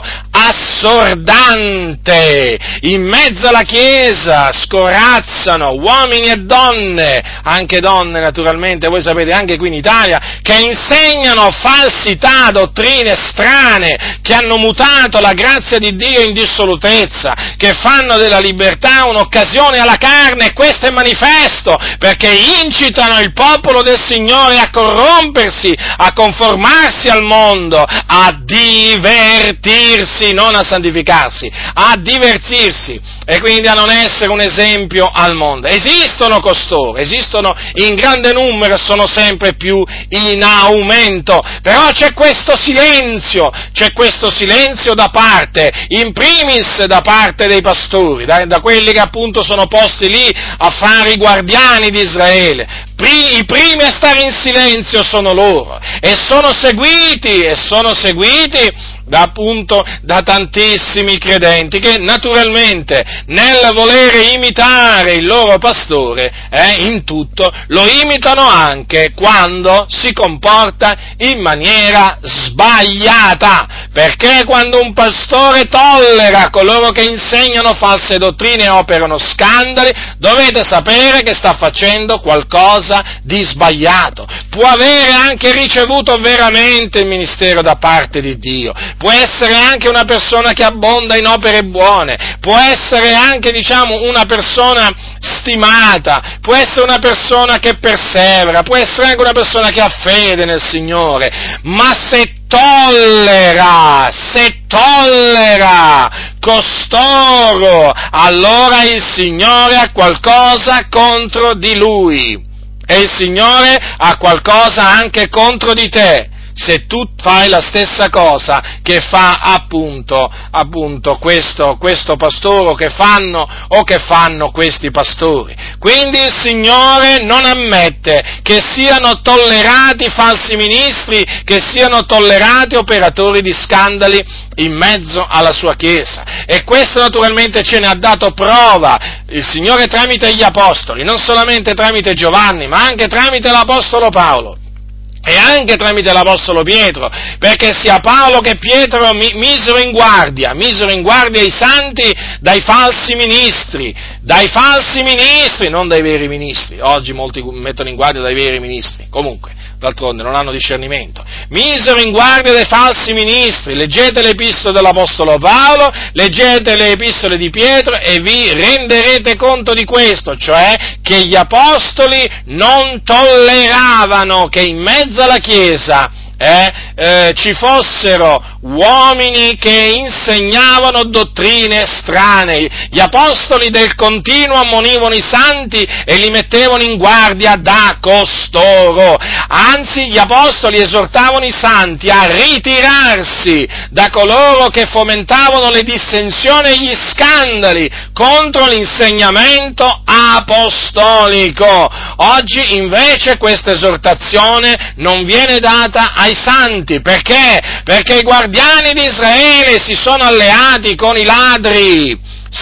assordante. In mezzo alla Chiesa scorazzano uomini e donne, anche donne naturalmente, voi sapete anche qui in Italia, che insegnano falsità, dottrine strane, che hanno mutato la grazia di Dio in dissolutezza, che fanno della libertà un'occasione alla carne, e questo è manifesto, perché incitano il popolo del Signore a corrompersi, a conformarsi al mondo, a divertirsi, non a santificarsi, a divertirsi, e quindi a non essere un esempio al mondo. Esistono costoro, esistono in grande numero e sono sempre più in aumento, però c'è questo silenzio, c'è questo silenzio da parte, in primis da parte dei pastori, da, da quelli che appunto sono posti lì a fare i guardiani di Israele. I primi a stare in silenzio sono loro, e sono seguiti, e sono seguiti da appunto da tantissimi credenti che naturalmente nel volere imitare il loro pastore eh, in tutto lo imitano anche quando si comporta in maniera sbagliata, perché quando un pastore tollera coloro che insegnano false dottrine e operano scandali, dovete sapere che sta facendo qualcosa di sbagliato. Può avere anche ricevuto veramente il ministero da parte di Dio, può essere anche una persona che abbonda in opere buone, può essere anche, diciamo, una persona stimata, può essere una persona che persevera, può essere anche una persona che ha fede nel Signore, ma se tollera, se tollera costoro, allora il Signore ha qualcosa contro di lui, e il Signore ha qualcosa anche contro di te, se tu fai la stessa cosa che fa appunto, appunto questo, questo pastore, o che fanno, o che fanno questi pastori. Quindi il Signore non ammette che siano tollerati falsi ministri, che siano tollerati operatori di scandali in mezzo alla sua Chiesa. E questo naturalmente ce ne ha dato prova il Signore tramite gli apostoli, non solamente tramite Giovanni, ma anche tramite l'apostolo Paolo. E anche tramite l'Apostolo Pietro, perché sia Paolo che Pietro mi, misero in guardia, misero in guardia i santi dai falsi ministri, dai falsi ministri, non dai veri ministri. Oggi molti mettono in guardia dai veri ministri, comunque, d'altronde non hanno discernimento. Misero in guardia dai falsi ministri, leggete le epistole dell'Apostolo Paolo, leggete le epistole di Pietro e vi renderete conto di questo, cioè che gli apostoli non tolleravano che in mezzo alla Chiesa eh, eh, ci fossero uomini che insegnavano dottrine strane. Gli apostoli del continuo ammonivano i santi e li mettevano in guardia da costoro. Anzi, gli apostoli esortavano i santi a ritirarsi da coloro che fomentavano le dissensioni e gli scandali contro l'insegnamento apostolico. Oggi invece questa esortazione non viene data ai santi. Perché? Perché i guardiani di Israele si sono alleati con i ladri.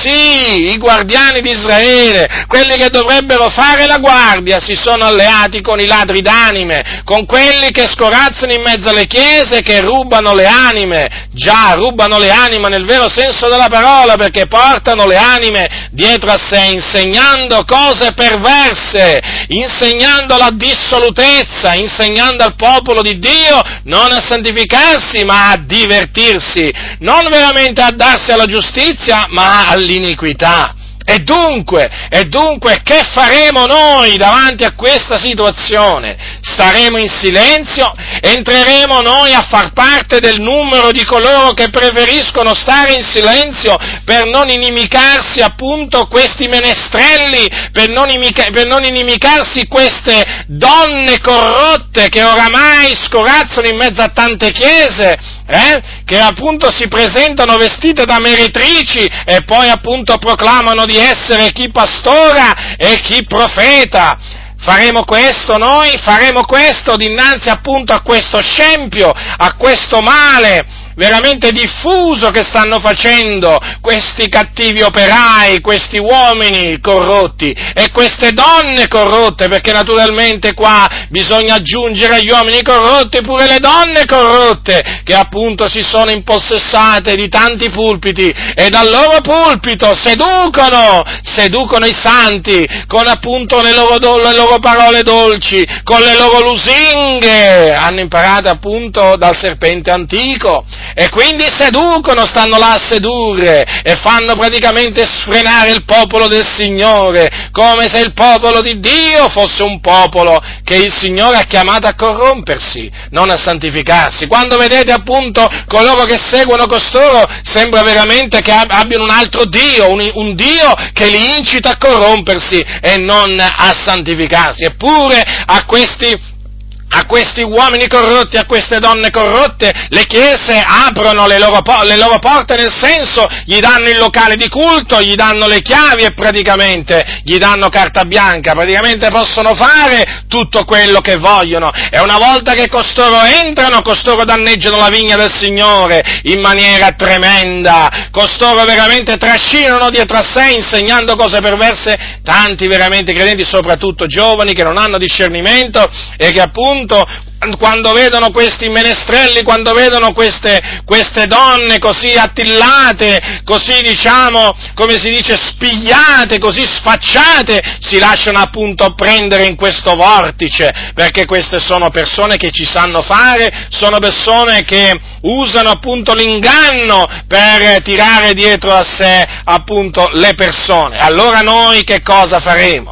Sì, i guardiani di Israele, quelli che dovrebbero fare la guardia, si sono alleati con i ladri d'anime, con quelli che scorazzano in mezzo alle chiese, che rubano le anime. Già, rubano le anime nel vero senso della parola, perché portano le anime dietro a sé, insegnando cose perverse, insegnando la dissolutezza, insegnando al popolo di Dio non a santificarsi, ma a divertirsi, non veramente a darsi alla giustizia, ma all'iniquità. E dunque, e dunque, che faremo noi davanti a questa situazione? Staremo in silenzio? Entreremo noi a far parte del numero di coloro che preferiscono stare in silenzio per non inimicarsi appunto questi menestrelli, per non, imica, per non inimicarsi queste donne corrotte che oramai scorazzano in mezzo a tante chiese, eh? Che appunto si presentano vestite da meretrici e poi appunto proclamano di essere chi pastora e chi profeta. Faremo questo noi? Faremo questo dinanzi appunto a questo scempio, a questo male veramente diffuso che stanno facendo questi cattivi operai, questi uomini corrotti e queste donne corrotte, perché naturalmente qua bisogna aggiungere agli uomini corrotti pure le donne corrotte, che appunto si sono impossessate di tanti pulpiti e dal loro pulpito seducono, seducono i santi con appunto le loro, do, le loro parole dolci, con le loro lusinghe, hanno imparato appunto dal serpente antico, e quindi seducono, stanno là a sedurre e fanno praticamente sfrenare il popolo del Signore, come se il popolo di Dio fosse un popolo che il Signore ha chiamato a corrompersi, non a santificarsi. Quando vedete appunto coloro che seguono costoro, sembra veramente che abbiano un altro Dio, un, un Dio che li incita a corrompersi e non a santificarsi. Eppure a questi A questi uomini corrotti, a queste donne corrotte, le chiese aprono le loro, le loro porte, nel senso, gli danno il locale di culto, gli danno le chiavi e praticamente gli danno carta bianca, praticamente possono fare tutto quello che vogliono, e una volta che costoro entrano, costoro danneggiano la vigna del Signore in maniera tremenda, costoro veramente trascinano dietro a sé, insegnando cose perverse, tanti veramente credenti, soprattutto giovani, che non hanno discernimento e che appunto quando vedono questi menestrelli, quando vedono queste, queste donne così attillate, così diciamo, come si dice, spigliate, così sfacciate, si lasciano appunto prendere in questo vortice, perché queste sono persone che ci sanno fare, sono persone che usano appunto l'inganno per tirare dietro a sé appunto le persone. Allora noi che cosa faremo?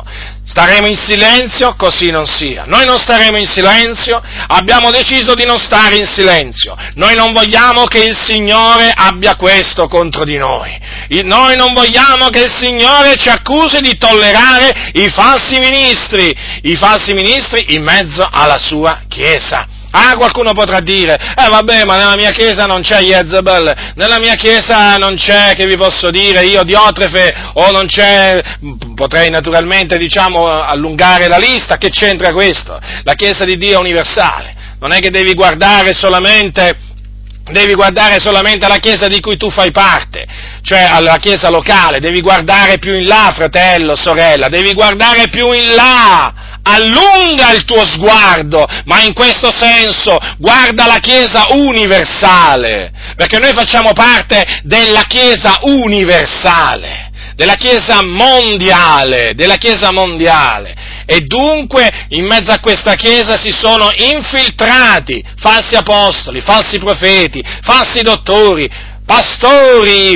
Staremo in silenzio? Così non sia. Noi non staremo in silenzio, abbiamo deciso di non stare in silenzio. Noi non vogliamo che il Signore abbia questo contro di noi. Noi non vogliamo che il Signore ci accusi di tollerare i falsi ministri, i falsi ministri in mezzo alla sua Chiesa. Ah, qualcuno potrà dire, eh vabbè, ma nella mia chiesa non c'è Jezebel, nella mia chiesa non c'è, che vi posso dire, io Diotrefe, o non c'è, potrei naturalmente, diciamo, allungare la lista, che c'entra questo? La Chiesa di Dio è universale, non è che devi guardare solamente, devi guardare solamente alla chiesa di cui tu fai parte, cioè alla chiesa locale, devi guardare più in là, fratello, sorella, devi guardare più in là. Allunga il tuo sguardo, ma in questo senso guarda la Chiesa universale, perché noi facciamo parte della Chiesa universale, della Chiesa mondiale, della Chiesa mondiale, e dunque in mezzo a questa Chiesa si sono infiltrati falsi apostoli, falsi profeti, falsi dottori, pastori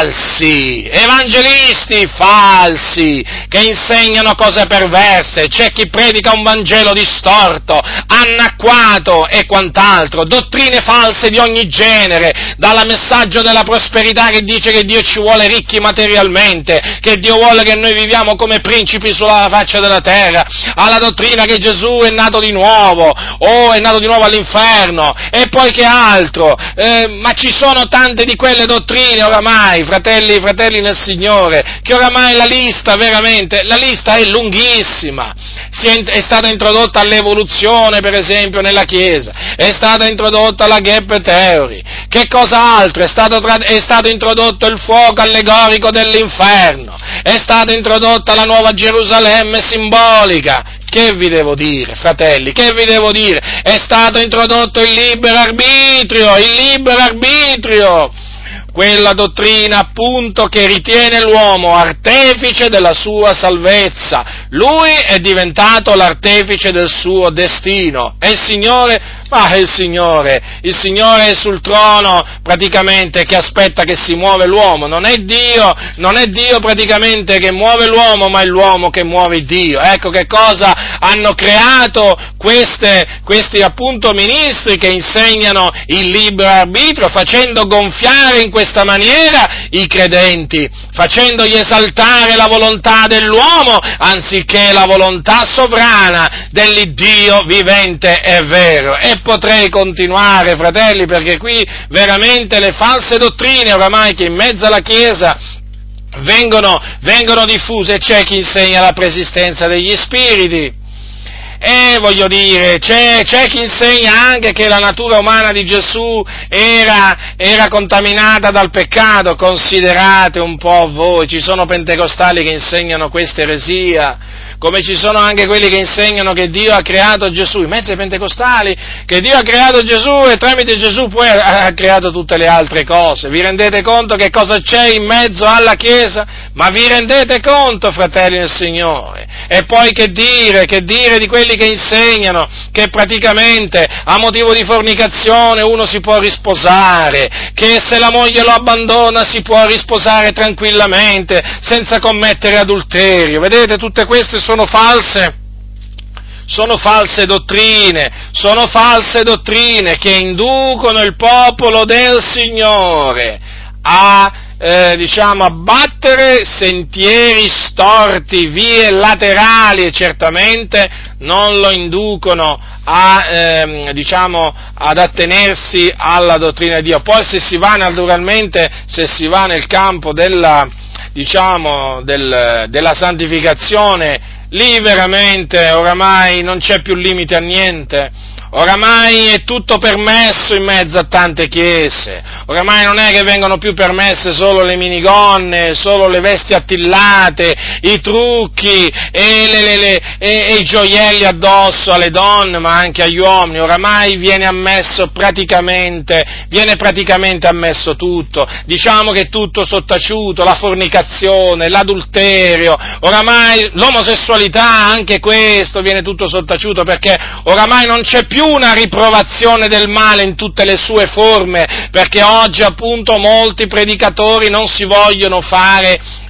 falsi, evangelisti falsi, che insegnano cose perverse, c'è chi predica un Vangelo distorto, annacquato e quant'altro, dottrine false di ogni genere, dal messaggio della prosperità che dice che Dio ci vuole ricchi materialmente, che Dio vuole che noi viviamo come principi sulla faccia della terra, alla dottrina che Gesù è nato di nuovo, o è nato di nuovo all'inferno, e poi che altro, eh, ma ci sono tante di quelle dottrine oramai, fratelli, fratelli nel Signore, che oramai la lista, veramente, la lista è lunghissima. Si è, è stata introdotta l'evoluzione, per esempio, nella Chiesa, è stata introdotta la gap theory, che cos'altro? È stato, tra, è stato introdotto il fuoco allegorico dell'inferno, è stata introdotta la nuova Gerusalemme simbolica. Che vi devo dire, fratelli, che vi devo dire? È stato introdotto il libero arbitrio, il libero arbitrio, quella dottrina appunto che ritiene l'uomo artefice della sua salvezza. Lui è diventato l'artefice del suo destino, e il Signore, ma è il Signore, il Signore è sul trono praticamente che aspetta che si muove l'uomo, non è Dio, non è Dio praticamente che muove l'uomo, ma è l'uomo che muove Dio. Ecco che cosa hanno creato queste, questi appunto ministri che insegnano il libero arbitrio, facendo gonfiare in questa maniera i credenti, facendogli esaltare la volontà dell'uomo anziché la volontà sovrana dell'Iddio vivente e vero. E potrei continuare, fratelli, perché qui veramente le false dottrine oramai che in mezzo alla Chiesa vengono, vengono diffuse. C'è chi insegna la preesistenza degli spiriti, e voglio dire, c'è, c'è chi insegna anche che la natura umana di Gesù era, era contaminata dal peccato. Considerate un po' voi, ci sono pentecostali che insegnano questa eresia, come ci sono anche quelli che insegnano che Dio ha creato Gesù, in mezzo ai pentecostali, che Dio ha creato Gesù e tramite Gesù poi ha, ha creato tutte le altre cose. Vi rendete conto che cosa c'è in mezzo alla Chiesa? Ma vi rendete conto, fratelli del Signore? E poi che dire, che dire di quelli che insegnano che praticamente a motivo di fornicazione uno si può risposare, che se la moglie lo abbandona si può risposare tranquillamente, senza commettere adulterio. Vedete, tutte queste sono false, sono false dottrine, sono false dottrine che inducono il popolo del Signore a Eh, diciamo, a battere sentieri storti, vie laterali, e certamente non lo inducono a, ehm, diciamo, ad attenersi alla dottrina di Dio. Poi se si va naturalmente, se si va nel campo della, diciamo, del, della santificazione, lì veramente oramai non c'è più limite a niente. Oramai è tutto permesso in mezzo a tante chiese, oramai non è che vengono più permesse solo le minigonne, solo le vesti attillate, i trucchi e, le, le, le, e, e i gioielli addosso alle donne, ma anche agli uomini. Oramai viene ammesso praticamente, viene praticamente ammesso tutto, diciamo che è tutto sottaciuto, la fornicazione, l'adulterio, oramai l'omosessualità, anche questo viene tutto sottaciuto, perché oramai non c'è più una riprovazione del male in tutte le sue forme, perché oggi appunto molti predicatori non si vogliono fare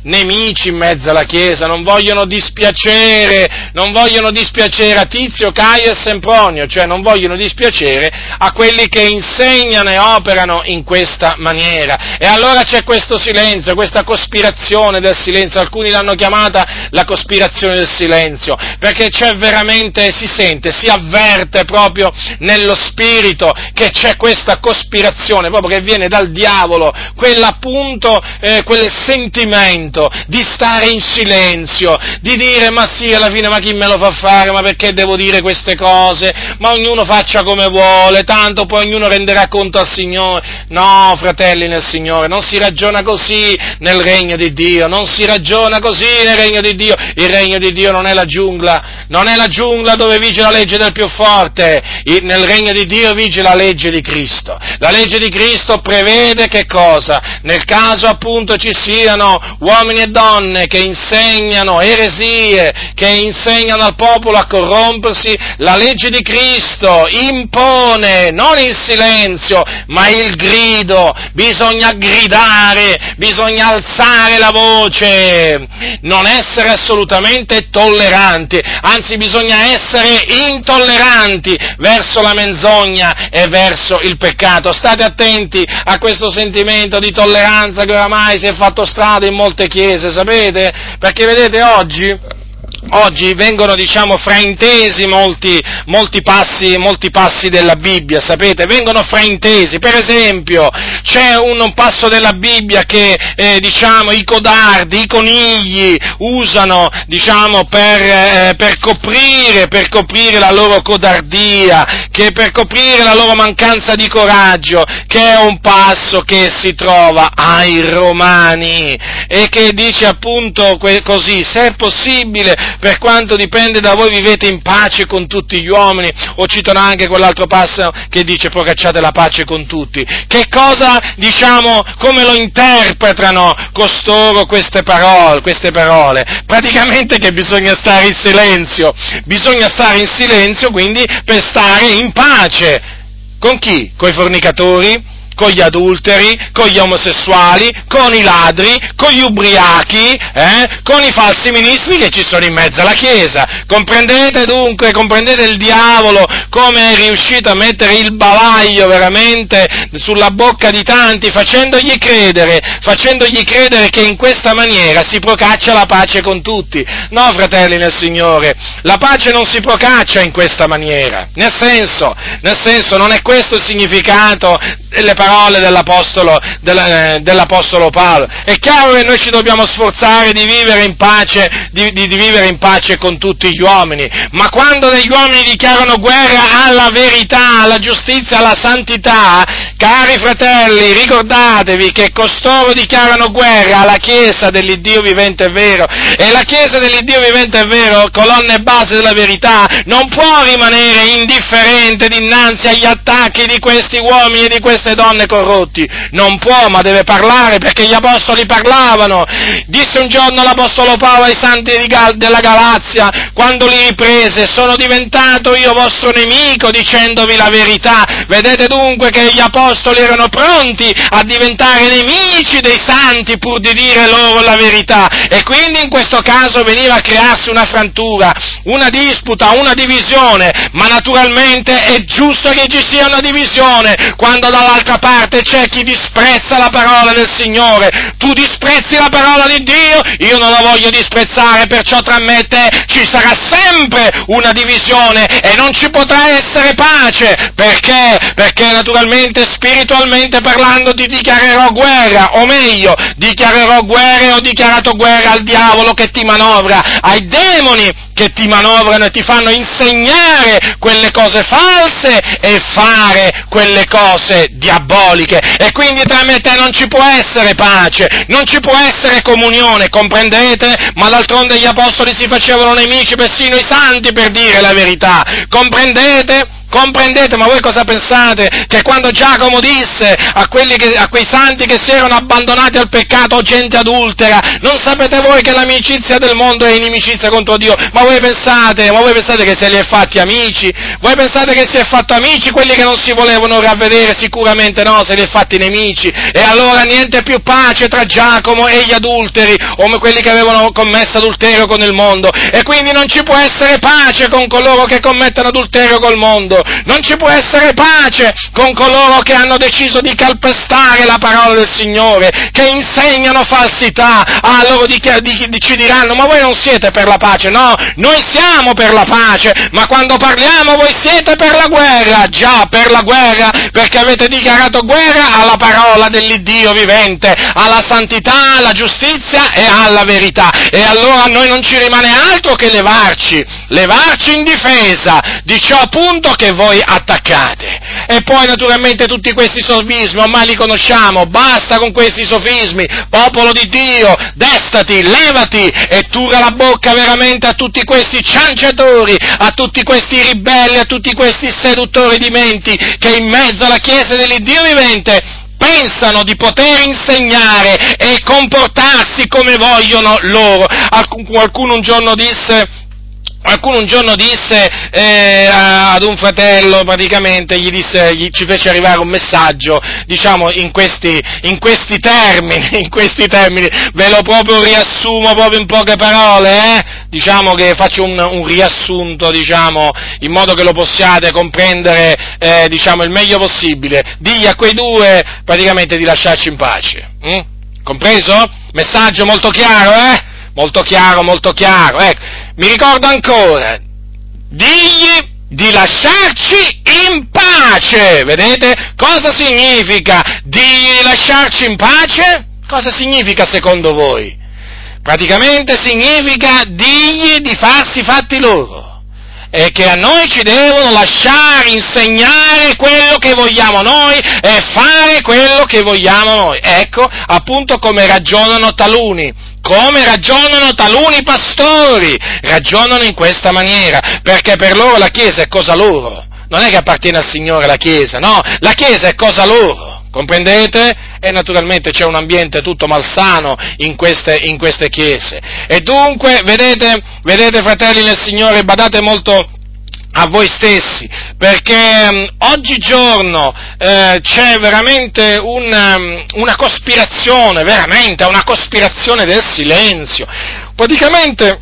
nemici in mezzo alla Chiesa, non vogliono dispiacere, non vogliono dispiacere a Tizio, Caio e Sempronio, cioè non vogliono dispiacere a quelli che insegnano e operano in questa maniera. E allora c'è questo silenzio, questa cospirazione del silenzio, alcuni l'hanno chiamata la cospirazione del silenzio, perché c'è veramente, si sente, si avverte proprio nello spirito che c'è questa cospirazione, proprio che viene dal diavolo, quell'appunto, eh, quel sentimento di stare in silenzio, di dire ma sì, alla fine ma chi me lo fa fare, ma perché devo dire queste cose, ma ognuno faccia come vuole, tanto poi ognuno renderà conto al Signore. No, fratelli nel Signore, non si ragiona così nel regno di Dio, non si ragiona così nel regno di Dio, il regno di Dio non è la giungla, non è la giungla dove vige la legge del più forte, nel regno di Dio vige la legge di Cristo. La legge di Cristo prevede che cosa? Nel caso appunto ci siano uomini e donne che insegnano eresie, che insegnano al popolo a corrompersi, la legge di Cristo impone non il silenzio, ma il grido. Bisogna gridare, bisogna alzare la voce, non essere assolutamente tolleranti, anzi bisogna essere intolleranti verso la menzogna e verso il peccato. State attenti a questo sentimento di tolleranza che oramai si è fatto strada in molte chiese, sapete? Perché vedete oggi Oggi vengono, diciamo, fraintesi molti, molti passi, molti passi della Bibbia, sapete? Vengono fraintesi. Per esempio, c'è un, un passo della Bibbia che, eh, diciamo, i codardi, i conigli usano, diciamo, per, eh, per coprire, per coprire la loro codardia, che per coprire la loro mancanza di coraggio, che è un passo che si trova ai Romani e che dice appunto que- così: se è possibile, per quanto dipende da voi, vivete in pace con tutti gli uomini. O citano anche quell'altro passo che dice: procacciate la pace con tutti. Che cosa, diciamo, come lo interpretano costoro queste parole, queste parole? Praticamente che bisogna stare in silenzio, bisogna stare in silenzio quindi per stare in pace. Con chi? Coi fornicatori? Con gli adulteri, con gli omosessuali, con i ladri, con gli ubriachi, eh, con i falsi ministri che ci sono in mezzo alla Chiesa. Comprendete dunque, comprendete il diavolo come è riuscito a mettere il bavaglio veramente sulla bocca di tanti, facendogli credere, facendogli credere che in questa maniera si procaccia la pace con tutti. No, fratelli nel Signore, la pace non si procaccia in questa maniera, nel senso, nel senso non è questo il significato delle parole dell'apostolo, dell'apostolo Paolo. È chiaro che noi ci dobbiamo sforzare di vivere in pace, di, di, di vivere in pace con tutti gli uomini, ma quando degli uomini dichiarano guerra alla verità, alla giustizia, alla santità, cari fratelli, ricordatevi che costoro dichiarano guerra alla Chiesa dell'Iddio vivente e vero, e la Chiesa dell'Iddio vivente e vero, colonna e base della verità, non può rimanere indifferente dinanzi agli attacchi di questi uomini e di queste donne corrotti, non può, ma deve parlare, perché gli apostoli parlavano. Disse un giorno l'apostolo Paolo ai santi di Gal- della Galazia, quando li riprese: sono diventato io vostro nemico dicendovi la verità. Vedete dunque che gli apostoli erano pronti a diventare nemici dei santi pur di dire loro la verità, e quindi in questo caso veniva a crearsi una frattura, una disputa, una divisione, ma naturalmente è giusto che ci sia una divisione quando dall'altra parte c'è chi disprezza la parola del Signore. Tu disprezzi la parola di Dio, io non la voglio disprezzare, perciò tra me e te ci sarà sempre una divisione e non ci potrà essere pace. Perché? Perché naturalmente, spiritualmente parlando, ti dichiarerò guerra, o meglio, dichiarerò guerra e ho dichiarato guerra al diavolo che ti manovra, ai demoni che ti manovrano e ti fanno insegnare quelle cose false e fare quelle cose diaboliche. E quindi tra me e te non ci può essere pace, non ci può essere comunione, comprendete? Ma d'altronde gli apostoli si facevano nemici persino i santi per dire la verità, comprendete? Comprendete? Ma voi cosa pensate? Che quando Giacomo disse a, quelli che, a quei santi che si erano abbandonati al peccato, gente adultera, non sapete voi che l'amicizia del mondo è inimicizia contro Dio? Ma voi pensate, ma voi pensate che se li è fatti amici? Voi pensate che si è fatto amici quelli che non si volevano ravvedere? Sicuramente no, se li è fatti nemici. E allora niente più pace tra Giacomo e gli adulteri, o quelli che avevano commesso adulterio con il mondo. E quindi non ci può essere pace con coloro che commettono adulterio col mondo. Non ci può essere pace con coloro che hanno deciso di calpestare la parola del Signore, che insegnano falsità. Ah, loro di, di, di, ci diranno, ma voi non siete per la pace? No, noi siamo per la pace, ma quando parliamo voi siete per la guerra. Già, per la guerra, perché avete dichiarato guerra alla parola dell'Iddio vivente, alla santità, alla giustizia e alla verità. E allora a noi non ci rimane altro che levarci, levarci in difesa di ciò appunto che voi attaccate. E poi naturalmente tutti questi sofismi, ormai li conosciamo, basta con questi sofismi. Popolo di Dio, destati, levati e tura la bocca veramente a tutti questi cianciatori, a tutti questi ribelli, a tutti questi seduttori di menti che in mezzo alla Chiesa dell'Iddio vivente pensano di poter insegnare e comportarsi come vogliono loro. Qualcuno un giorno disse Qualcuno un giorno disse eh, ad un fratello, praticamente, gli disse, gli, ci fece arrivare un messaggio, diciamo, in questi, in questi termini, in questi termini, ve lo proprio riassumo proprio in poche parole, eh? Diciamo che faccio un, un riassunto, diciamo, in modo che lo possiate comprendere, eh, diciamo, il meglio possibile. Digli a quei due, praticamente, di lasciarci in pace, hm? Compreso? Messaggio molto chiaro, eh? Molto chiaro, molto chiaro, ecco. Mi ricordo ancora, digli di lasciarci in pace, vedete? Cosa significa digli di lasciarci in pace? Cosa significa secondo voi? Praticamente significa digli di farsi i fatti loro, e che a noi ci devono lasciare insegnare quello che vogliamo noi e fare quello che vogliamo noi. Ecco, appunto come ragionano taluni. Come ragionano taluni pastori, ragionano in questa maniera, perché per loro la Chiesa è cosa loro, non è che appartiene al Signore la Chiesa, no, la Chiesa è cosa loro, comprendete? E naturalmente c'è un ambiente tutto malsano in queste, in queste chiese, e dunque, vedete, vedete fratelli nel Signore, badate molto a voi stessi, perché um, oggigiorno eh, c'è veramente un, um, una cospirazione, veramente una cospirazione del silenzio. Praticamente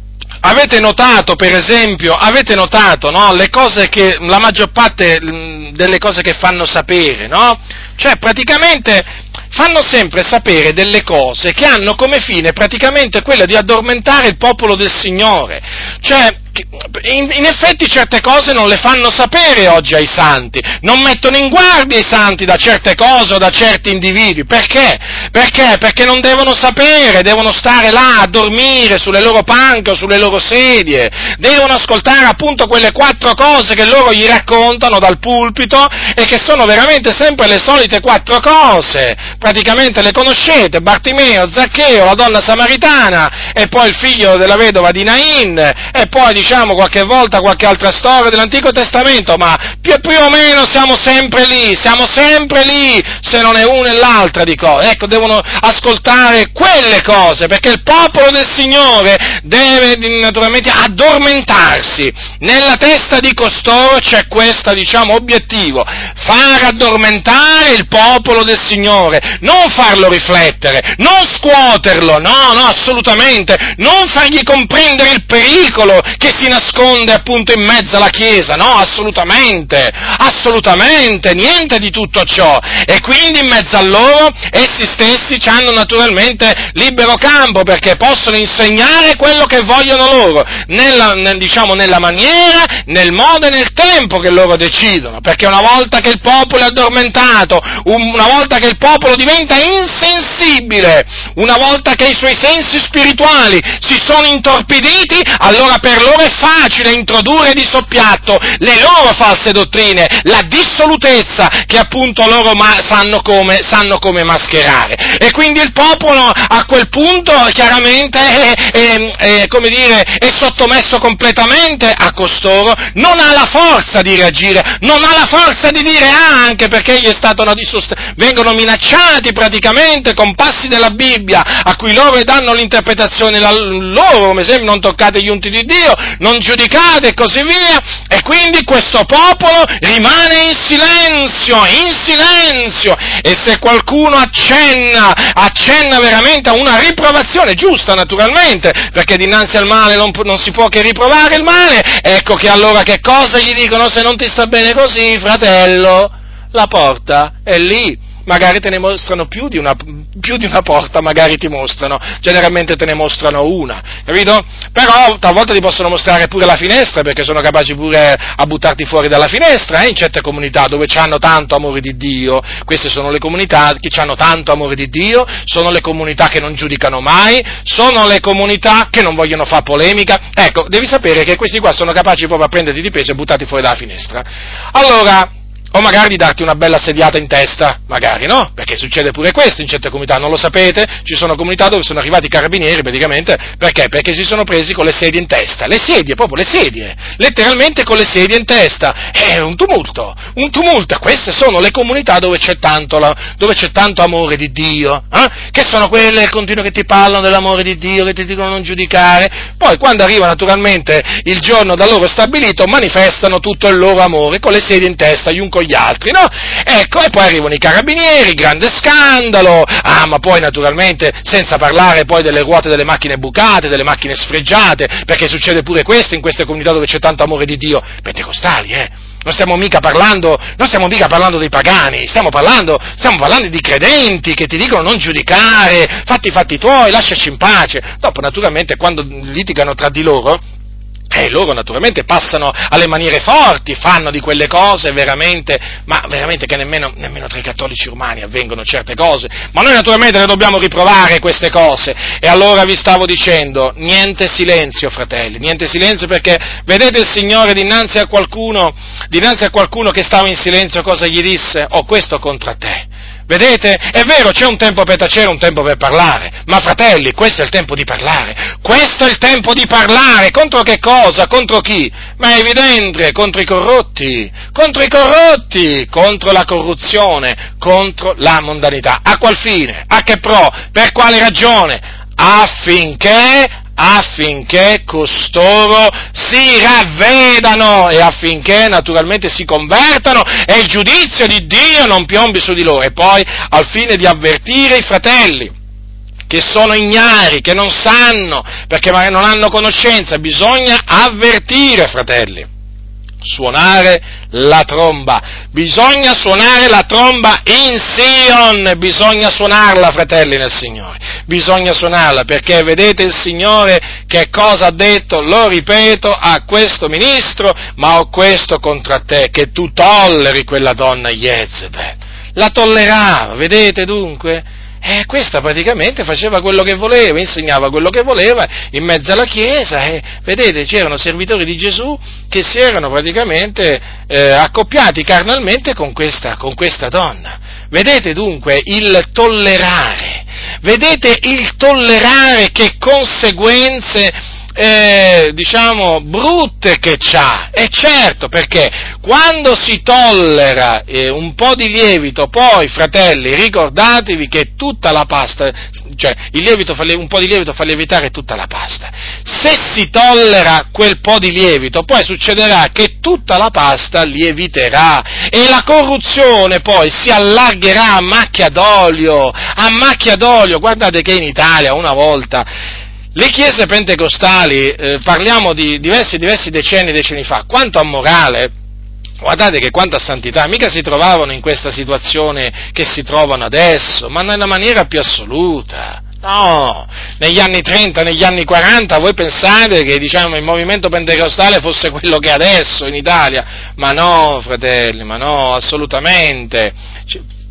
avete notato, per esempio, avete notato, no, le cose che, la maggior parte mh, delle cose che fanno sapere, no? Cioè praticamente fanno sempre sapere delle cose che hanno come fine praticamente quella di addormentare il popolo del Signore. Cioè, in, in effetti certe cose non le fanno sapere oggi ai santi, non mettono in guardia i santi da certe cose o da certi individui. Perché? Perché? Perché non devono sapere, devono stare là a dormire sulle loro panche o sulle loro sedie, devono ascoltare appunto quelle quattro cose che loro gli raccontano dal pulpito e che sono veramente sempre le solite quattro cose. Praticamente le conoscete: Bartimeo, Zaccheo, la donna samaritana e poi il figlio della vedova di Nain, e poi diciamo qualche volta qualche altra storia dell'Antico Testamento, ma più, più o meno siamo sempre lì, siamo sempre lì, se non è una e l'altra di cose. Ecco, devono ascoltare quelle cose, perché il popolo del Signore deve naturalmente addormentarsi. Nella testa di costoro c'è questo, diciamo, obiettivo: far addormentare il popolo del Signore, non farlo riflettere, non scuoterlo, no, no, assolutamente, non fargli comprendere il pericolo che si nasconde appunto in mezzo alla Chiesa, no, assolutamente, assolutamente, niente di tutto ciò. E quindi in mezzo a loro essi stessi hanno naturalmente libero campo, perché possono insegnare quello che vogliono loro, nella, nel, diciamo, nella maniera, nel modo e nel tempo che loro decidono, perché una volta che il popolo è addormentato, una volta che il popolo diventa insensibile, una volta che i suoi sensi spirituali si sono intorpiditi, allora per loro è facile introdurre di soppiatto le loro false dottrine, la dissolutezza che appunto loro ma- sanno come, sanno come mascherare. E quindi il popolo a quel punto chiaramente è, è, è, come dire, è sottomesso completamente a costoro, non ha la forza di reagire, non ha la forza di dire ah, anche perché gli è stato una dissost- vengono minacciati praticamente con passi della Bibbia a cui loro danno l'interpretazione la loro, come sempre non toccate gli unti di Dio, non giudicate e così via, e quindi questo popolo rimane in silenzio, in silenzio, e se qualcuno accenna, accenna veramente a una riprovazione, giusta naturalmente, perché dinanzi al male non, non si può che riprovare il male, ecco che allora che cosa gli dicono? Se non ti sta bene così, fratello, la porta è lì. Magari te ne mostrano più di una, più di una porta, magari ti mostrano, generalmente te ne mostrano una, capito? Però talvolta ti possono mostrare pure la finestra, perché sono capaci pure a buttarti fuori dalla finestra, eh, in certe comunità dove hanno tanto amore di Dio. Queste sono le comunità che hanno tanto amore di Dio, sono le comunità che non giudicano mai, sono le comunità che non vogliono fare polemica. Ecco, devi sapere che questi qua sono capaci proprio a prenderti di peso e buttarti fuori dalla finestra. Allora, o magari di darti una bella sediata in testa, magari, no? Perché succede pure questo in certe comunità, non lo sapete? Ci sono comunità dove sono arrivati i carabinieri, praticamente, perché? Perché si sono presi con le sedie in testa, le sedie, proprio le sedie, letteralmente con le sedie in testa, è un tumulto, un tumulto, queste sono le comunità dove c'è tanto, la, dove c'è tanto amore di Dio, eh? Che sono quelle che continuano che ti parlano dell'amore di Dio, che ti dicono non giudicare, poi quando arriva naturalmente il giorno da loro stabilito, manifestano tutto il loro amore, con le sedie in testa, gli un gli altri, no? Ecco, e poi arrivano i carabinieri, grande scandalo, ah, ma poi naturalmente, senza parlare poi delle ruote delle macchine bucate, delle macchine sfregiate, perché succede pure questo in queste comunità dove c'è tanto amore di Dio, pentecostali, eh? Non stiamo mica parlando, non stiamo mica parlando dei pagani, stiamo parlando, stiamo parlando di credenti che ti dicono non giudicare, fatti i fatti tuoi, lasciaci in pace. Dopo, naturalmente, quando litigano tra di loro, E eh, loro naturalmente passano alle maniere forti, fanno di quelle cose veramente, ma veramente che nemmeno, nemmeno tra i cattolici romani avvengono certe cose, ma noi naturalmente le dobbiamo riprovare queste cose, e allora vi stavo dicendo, niente silenzio fratelli, niente silenzio, perché vedete il Signore dinanzi a qualcuno, dinanzi a qualcuno che stava in silenzio cosa gli disse? Oh, questo contro te. Vedete? È vero, c'è un tempo per tacere, un tempo per parlare, ma fratelli, questo è il tempo di parlare, questo è il tempo di parlare, contro che cosa? Contro chi? Ma è evidente, contro i corrotti, contro i corrotti, contro la corruzione, contro la mondanità. A qual fine? A che pro? Per quale ragione? Affinché affinché costoro si ravvedano e affinché naturalmente si convertano e il giudizio di Dio non piombi su di loro, e poi al fine di avvertire i fratelli che sono ignari, che non sanno, perché magari non hanno conoscenza, bisogna avvertire, fratelli. Suonare la tromba, bisogna suonare la tromba in Sion, bisogna suonarla, fratelli nel Signore, bisogna suonarla, perché vedete il Signore che cosa ha detto, lo ripeto a questo ministro, ma ho questo contro te, che tu tolleri quella donna Jezebel, la tollerava, vedete dunque? E questa praticamente faceva quello che voleva, insegnava quello che voleva in mezzo alla Chiesa, e vedete, c'erano servitori di Gesù che si erano praticamente eh, accoppiati carnalmente con questa, con questa donna. Vedete dunque il tollerare, vedete il tollerare che conseguenze Eh, diciamo brutte che c'ha, e certo, perché quando si tollera eh, un po' di lievito, poi fratelli ricordatevi che tutta la pasta, cioè il lievito fa, un po' di lievito fa lievitare tutta la pasta, se si tollera quel po' di lievito poi succederà che tutta la pasta lieviterà e la corruzione poi si allargherà a macchia d'olio, a macchia d'olio. Guardate che in Italia una volta le chiese pentecostali, eh, parliamo di diversi, diversi decenni, decenni fa, quanto a morale, guardate che quanto a santità, mica si trovavano in questa situazione che si trovano adesso, ma nella maniera più assoluta. No, negli anni trenta, negli anni quaranta, voi pensate che, diciamo, il movimento pentecostale fosse quello che è adesso in Italia? Ma no, fratelli, ma no, assolutamente.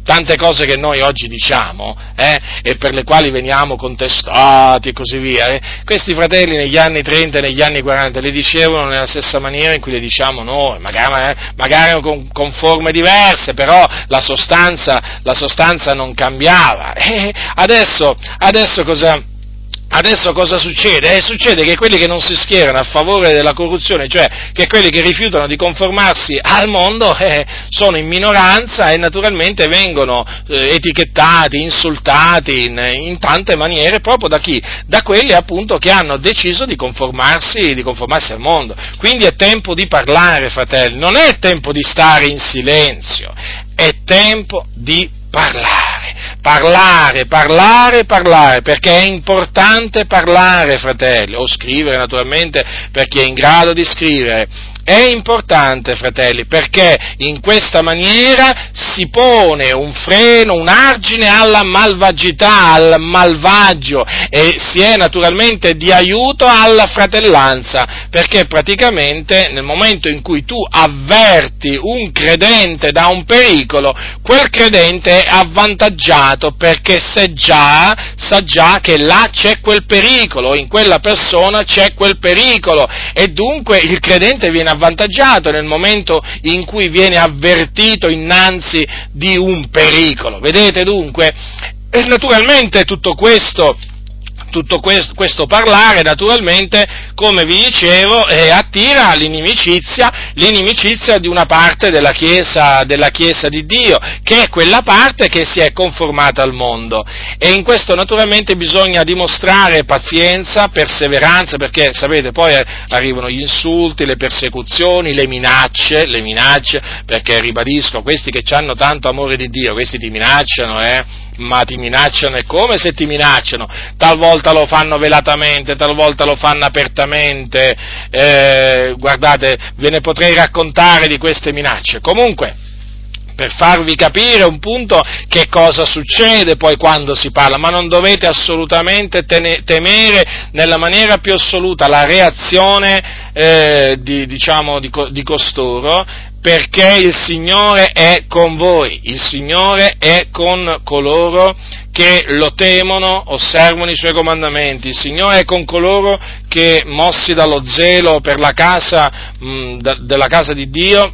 tante cose che noi oggi diciamo, eh, e per le quali veniamo contestati e così via, eh, questi fratelli negli anni trenta e negli anni quaranta le dicevano nella stessa maniera in cui le diciamo noi, magari, eh, magari con, con forme diverse, però la sostanza, la sostanza non cambiava. E adesso, adesso cosa... Adesso cosa succede? Eh, succede che quelli che non si schierano a favore della corruzione, cioè che quelli che rifiutano di conformarsi al mondo, eh, sono in minoranza e naturalmente vengono eh, etichettati, insultati in, in tante maniere proprio da chi? Da quelli appunto che hanno deciso di conformarsi, di conformarsi al mondo. Quindi è tempo di parlare, fratelli, non è tempo di stare in silenzio, è tempo di parlare. Parlare, parlare, parlare, perché è importante parlare, fratelli, o scrivere naturalmente per chi è in grado di scrivere. È importante, fratelli, perché in questa maniera si pone un freno, un argine alla malvagità, al malvagio, e si è naturalmente di aiuto alla fratellanza, perché praticamente nel momento in cui tu avverti un credente da un pericolo, quel credente è avvantaggiato perché sa già, sa già che là c'è quel pericolo, in quella persona c'è quel pericolo, e dunque il credente viene avvantaggiato nel momento in cui viene avvertito innanzi di un pericolo. Vedete dunque? E naturalmente tutto questo tutto questo, questo parlare, naturalmente, come vi dicevo, eh, attira l'inimicizia, l'inimicizia di una parte della Chiesa, della Chiesa di Dio, che è quella parte che si è conformata al mondo. E in questo naturalmente bisogna dimostrare pazienza, perseveranza, perché sapete, poi arrivano gli insulti, le persecuzioni, le minacce, le minacce, perché ribadisco, questi che hanno tanto amore di Dio, questi ti minacciano, eh? Ma ti minacciano, è come se ti minacciano, talvolta lo fanno velatamente, talvolta lo fanno apertamente, eh, guardate, ve ne potrei raccontare di queste minacce. Comunque, per farvi capire un punto che cosa succede poi quando si parla, ma non dovete assolutamente tene, temere nella maniera più assoluta la reazione eh, di, diciamo, di, di costoro, perché il Signore è con voi, il Signore è con coloro che lo temono, osservano i Suoi comandamenti, il Signore è con coloro che, mossi dallo zelo per la casa, mh, da, della casa di Dio,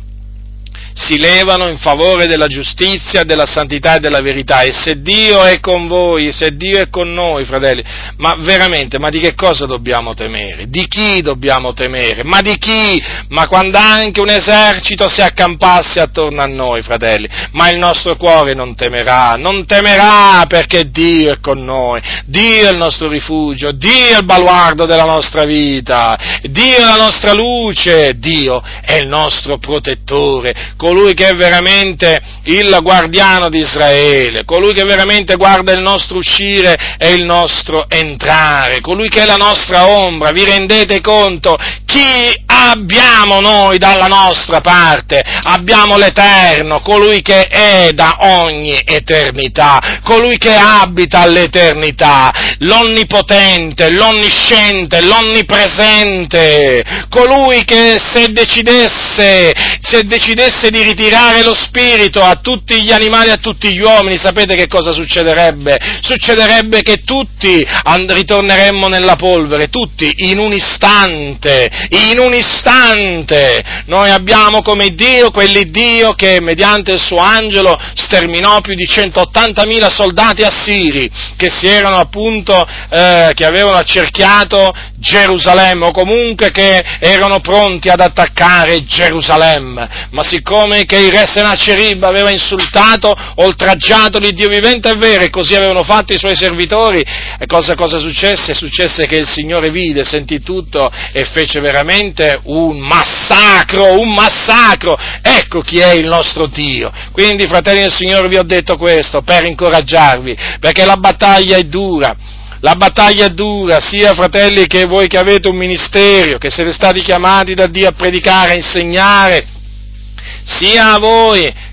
si levano in favore della giustizia, della santità e della verità. E se Dio è con voi, se Dio è con noi, fratelli, ma veramente, ma di che cosa dobbiamo temere? Di chi dobbiamo temere? Ma di chi? Ma quando anche un esercito si accampasse attorno a noi, fratelli, ma il nostro cuore non temerà, non temerà perché Dio è con noi, Dio è il nostro rifugio, Dio è il baluardo della nostra vita, Dio è la nostra luce, Dio è il nostro protettore, colui che è veramente il guardiano di Israele, colui che veramente guarda il nostro uscire e il nostro entrare, colui che è la nostra ombra. Vi rendete conto? Chi abbiamo noi dalla nostra parte? Abbiamo l'Eterno, colui che è da ogni eternità, colui che abita all'eternità, l'onnipotente, l'onnisciente, l'onnipresente, colui che se decidesse, se decidesse di ritirare lo spirito a tutti gli animali, a tutti gli uomini, sapete che cosa succederebbe? Succederebbe che tutti and- ritorneremmo nella polvere, tutti in un istante, in un istante. Noi abbiamo come Dio quell'Iddio che mediante il suo angelo sterminò più di centottantamila soldati assiri che si erano appunto, eh, che avevano accerchiato Gerusalemme, o comunque che erano pronti ad attaccare Gerusalemme, ma siccome che il re Sennacherib aveva insultato, oltraggiato l'Iddio vivente e vero, e così avevano fatto i suoi servitori, e cosa, cosa successe? Successe che il Signore vide, sentì tutto e fece veramente un massacro, un massacro. Ecco chi è il nostro Dio. Quindi, fratelli del Signore, vi ho detto questo per incoraggiarvi, perché la battaglia è dura. La battaglia è dura, sia fratelli che voi che avete un ministero, che siete stati chiamati da Dio a predicare, a insegnare, sia a voi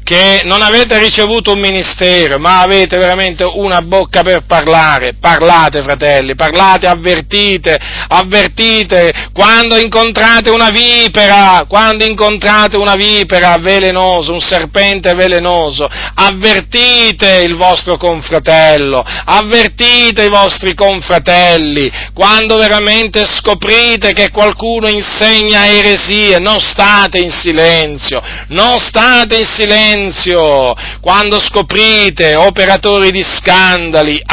che non avete ricevuto un ministero, ma avete veramente una bocca per parlare. Parlate, fratelli, parlate, avvertite, avvertite, quando incontrate una vipera, quando incontrate una vipera velenosa, un serpente velenoso, avvertite il vostro confratello, avvertite i vostri confratelli, quando veramente scoprite che qualcuno insegna eresie, non state in silenzio, non state in silenzio, quando scoprite operatori di scandali,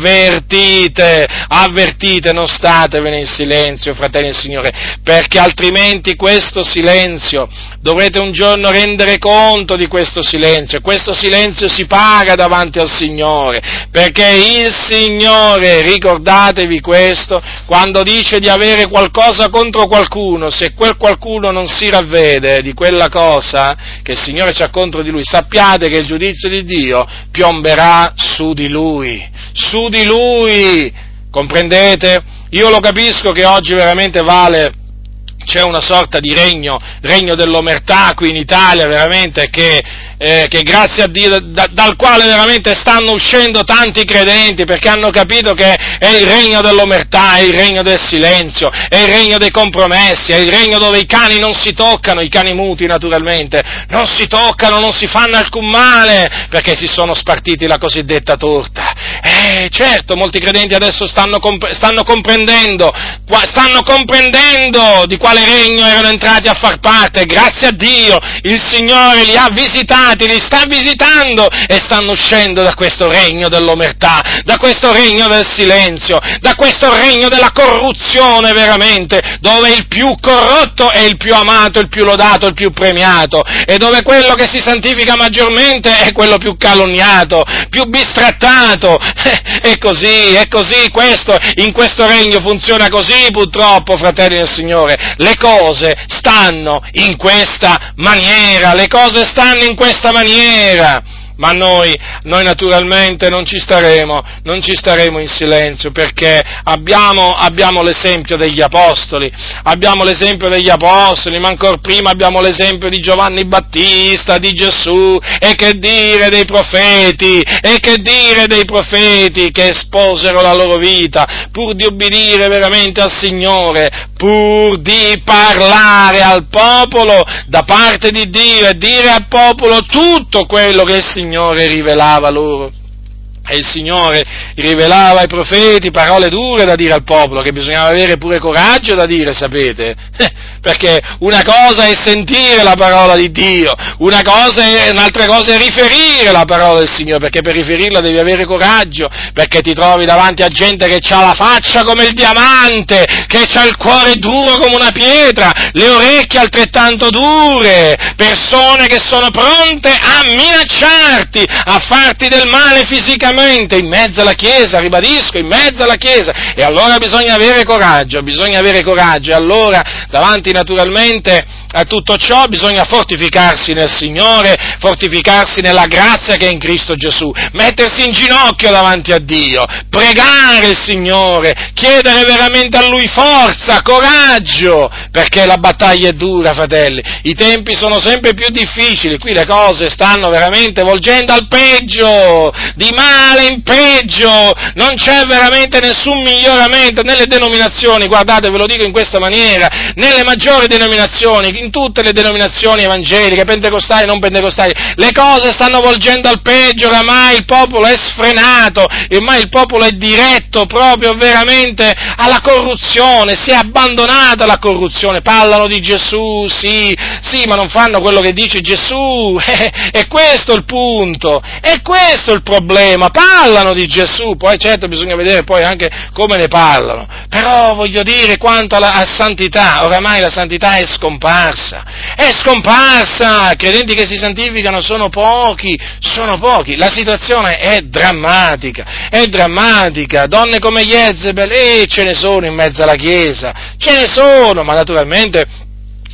avvertite, avvertite, non statevene in silenzio, fratelli del Signore, perché altrimenti questo silenzio, dovrete un giorno rendere conto di questo silenzio, questo silenzio si paga davanti al Signore, perché il Signore, ricordatevi questo, quando dice di avere qualcosa contro qualcuno, se quel qualcuno non si ravvede di quella cosa che il Signore c'ha contro di lui, sappiate che il giudizio di Dio piomberà su di lui, su di lui, comprendete? Io lo capisco che oggi veramente vale, c'è una sorta di regno, regno dell'omertà qui in Italia, veramente, che, eh, che grazie a Dio, da, dal quale veramente stanno uscendo tanti credenti, perché hanno capito che è il regno dell'omertà, è il regno del silenzio, è il regno dei compromessi, è il regno dove i cani non si toccano, i cani muti naturalmente, non si toccano, non si fanno alcun male, perché si sono spartiti la cosiddetta torta. Eh, certo, molti credenti adesso stanno, comp- stanno comprendendo, stanno comprendendo di quale regno erano entrati a far parte, grazie a Dio, il Signore li ha visitati, li sta visitando e stanno uscendo da questo regno dell'omertà, da questo regno del silenzio, da questo regno della corruzione veramente, dove il più corrotto è il più amato, il più lodato, il più premiato, e dove quello che si santifica maggiormente è quello più calunniato, più bistrattato. È così, è così, questo, in questo regno funziona così purtroppo, fratelli del Signore. Le cose stanno in questa maniera, le cose stanno in questa maniera. Ma noi, noi naturalmente non ci staremo, non ci staremo in silenzio, perché abbiamo, abbiamo l'esempio degli apostoli, abbiamo l'esempio degli apostoli, ma ancor prima abbiamo l'esempio di Giovanni Battista, di Gesù, e che dire dei profeti, e che dire dei profeti che esposero la loro vita, pur di obbedire veramente al Signore, pur di parlare al popolo da parte di Dio e dire al popolo tutto quello che il Signore Signore rivelava loro. E il Signore rivelava ai profeti parole dure da dire al popolo, che bisognava avere pure coraggio da dire, sapete? Perché una cosa è sentire la parola di Dio, una cosa è, un'altra cosa è riferire la parola del Signore, perché per riferirla devi avere coraggio, perché ti trovi davanti a gente che ha la faccia come il diamante, che ha il cuore duro come una pietra, le orecchie altrettanto dure, persone che sono pronte a minacciarti, a farti del male fisicamente, in mezzo alla Chiesa, ribadisco, in mezzo alla Chiesa, e allora bisogna avere coraggio, bisogna avere coraggio, e allora davanti naturalmente a tutto ciò bisogna fortificarsi nel Signore, fortificarsi nella grazia che è in Cristo Gesù, mettersi in ginocchio davanti a Dio, pregare il Signore, chiedere veramente a Lui forza, coraggio, perché la battaglia è dura, fratelli, i tempi sono sempre più difficili, qui le cose stanno veramente volgendo al peggio, di male in peggio, non c'è veramente nessun miglioramento nelle denominazioni, guardate, ve lo dico in questa maniera, nelle maggiori denominazioni, in tutte le denominazioni evangeliche, pentecostali, non pentecostali, le cose stanno volgendo al peggio, oramai il popolo è sfrenato, ormai il popolo è diretto proprio veramente alla corruzione, si è abbandonato alla corruzione, parlano di Gesù, sì, sì, ma non fanno quello che dice Gesù, è questo il punto, è questo il problema, parlano di Gesù, poi certo bisogna vedere poi anche come ne parlano, però voglio dire, quanto alla a santità, oramai la santità è scomparsa, è scomparsa, credenti che si santificano sono pochi, sono pochi, la situazione è drammatica, è drammatica, donne come Jezebel, e ce ne sono in mezzo alla Chiesa, ce ne sono, ma naturalmente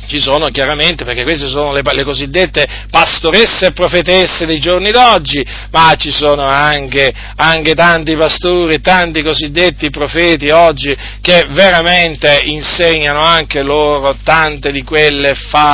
Ci sono chiaramente, perché queste sono le, le cosiddette pastoresse e profetesse dei giorni d'oggi, ma ci sono anche, anche tanti pastori, tanti cosiddetti profeti oggi che veramente insegnano anche loro tante di quelle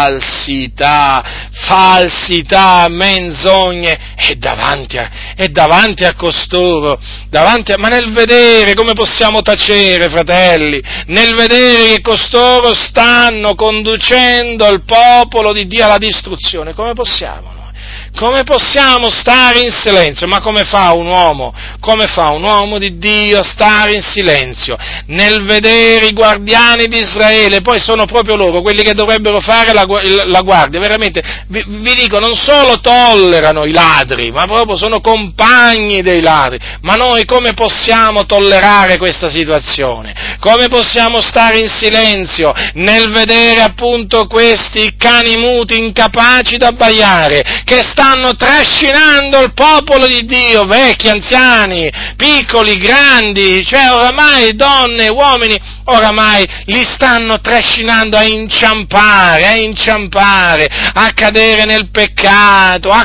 falsità, falsità, menzogne, e davanti a, e davanti a costoro, davanti a, ma nel vedere come possiamo tacere, fratelli, nel vedere che costoro stanno conducendo il popolo di Dio alla distruzione, come possiamo noi? Come possiamo stare in silenzio? Ma come fa un uomo? Come fa un uomo di Dio a stare in silenzio nel vedere i guardiani di Israele? Poi sono proprio loro quelli che dovrebbero fare la, la guardia, veramente, vi, vi dico, non solo tollerano i ladri, ma proprio sono compagni dei ladri. Ma noi come possiamo tollerare questa situazione? Come possiamo stare in silenzio nel vedere appunto questi cani muti incapaci da abbaiare, che stanno trascinando il popolo di Dio, vecchi, anziani, piccoli, grandi, cioè oramai donne, uomini, oramai li stanno trascinando a inciampare, a inciampare, a cadere nel peccato, a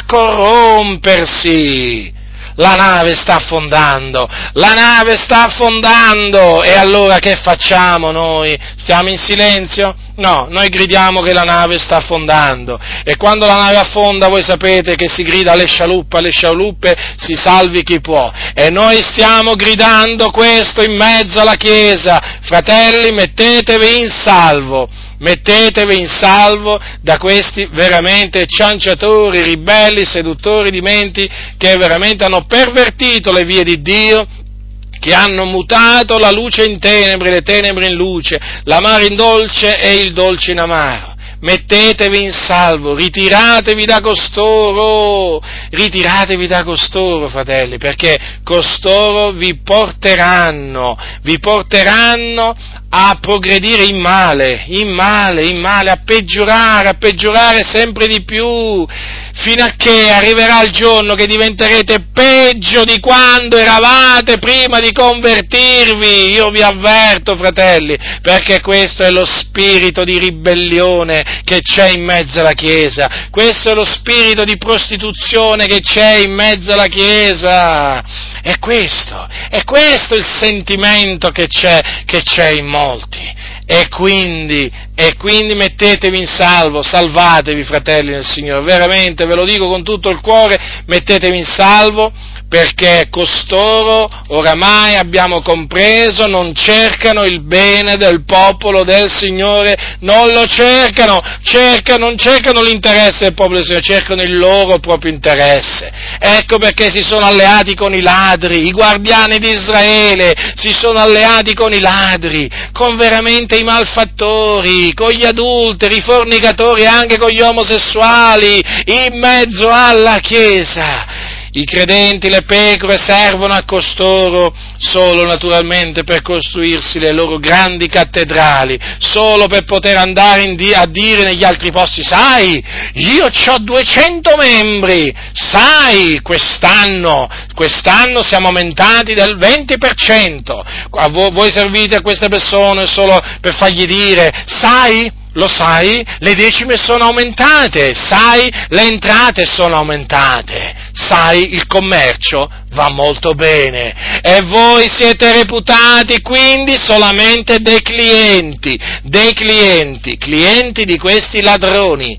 corrompersi. La nave sta affondando, la nave sta affondando, e allora che facciamo noi? Stiamo in silenzio? No, noi gridiamo che la nave sta affondando, e quando la nave affonda voi sapete che si grida alle scialuppe, alle scialuppe si salvi chi può, e noi stiamo gridando questo in mezzo alla Chiesa: fratelli, mettetevi in salvo, mettetevi in salvo da questi veramente cianciatori, ribelli, seduttori di menti, che veramente hanno pervertito le vie di Dio, che hanno mutato la luce in tenebre, le tenebre in luce, l'amaro in dolce e il dolce in amaro. Mettetevi in salvo, ritiratevi da costoro, ritiratevi da costoro, fratelli, perché costoro vi porteranno, vi porteranno a progredire in male, in male, in male, a peggiorare, a peggiorare sempre di più, fino a che arriverà il giorno che diventerete peggio di quando eravate prima di convertirvi. Io vi avverto, fratelli, perché questo è lo spirito di ribellione che c'è in mezzo alla Chiesa, questo è lo spirito di prostituzione che c'è in mezzo alla Chiesa, è questo, è questo il sentimento che c'è, che c'è in molti. E quindi, e quindi mettetevi in salvo, salvatevi, fratelli nel Signore, veramente ve lo dico con tutto il cuore, mettetevi in salvo, perché costoro, oramai abbiamo compreso, non cercano il bene del popolo del Signore, non lo cercano, cercano, non cercano l'interesse del popolo del Signore, cercano il loro proprio interesse. Ecco perché si sono alleati con i ladri, i guardiani di Israele si sono alleati con i ladri, con veramente i malfattori, con gli adulteri, i fornicatori e anche con gli omosessuali, in mezzo alla Chiesa. I credenti, le pecore, servono a costoro solo naturalmente per costruirsi le loro grandi cattedrali, solo per poter andare in di- a dire negli altri posti: sai, io c'ho duecento membri, sai, quest'anno, quest'anno siamo aumentati del venti per cento, voi servite a queste persone solo per fargli dire: sai, lo sai, le decime sono aumentate, sai, le entrate sono aumentate, sai, il commercio va molto bene, e voi siete reputati quindi solamente dei clienti, dei clienti, clienti di questi ladroni,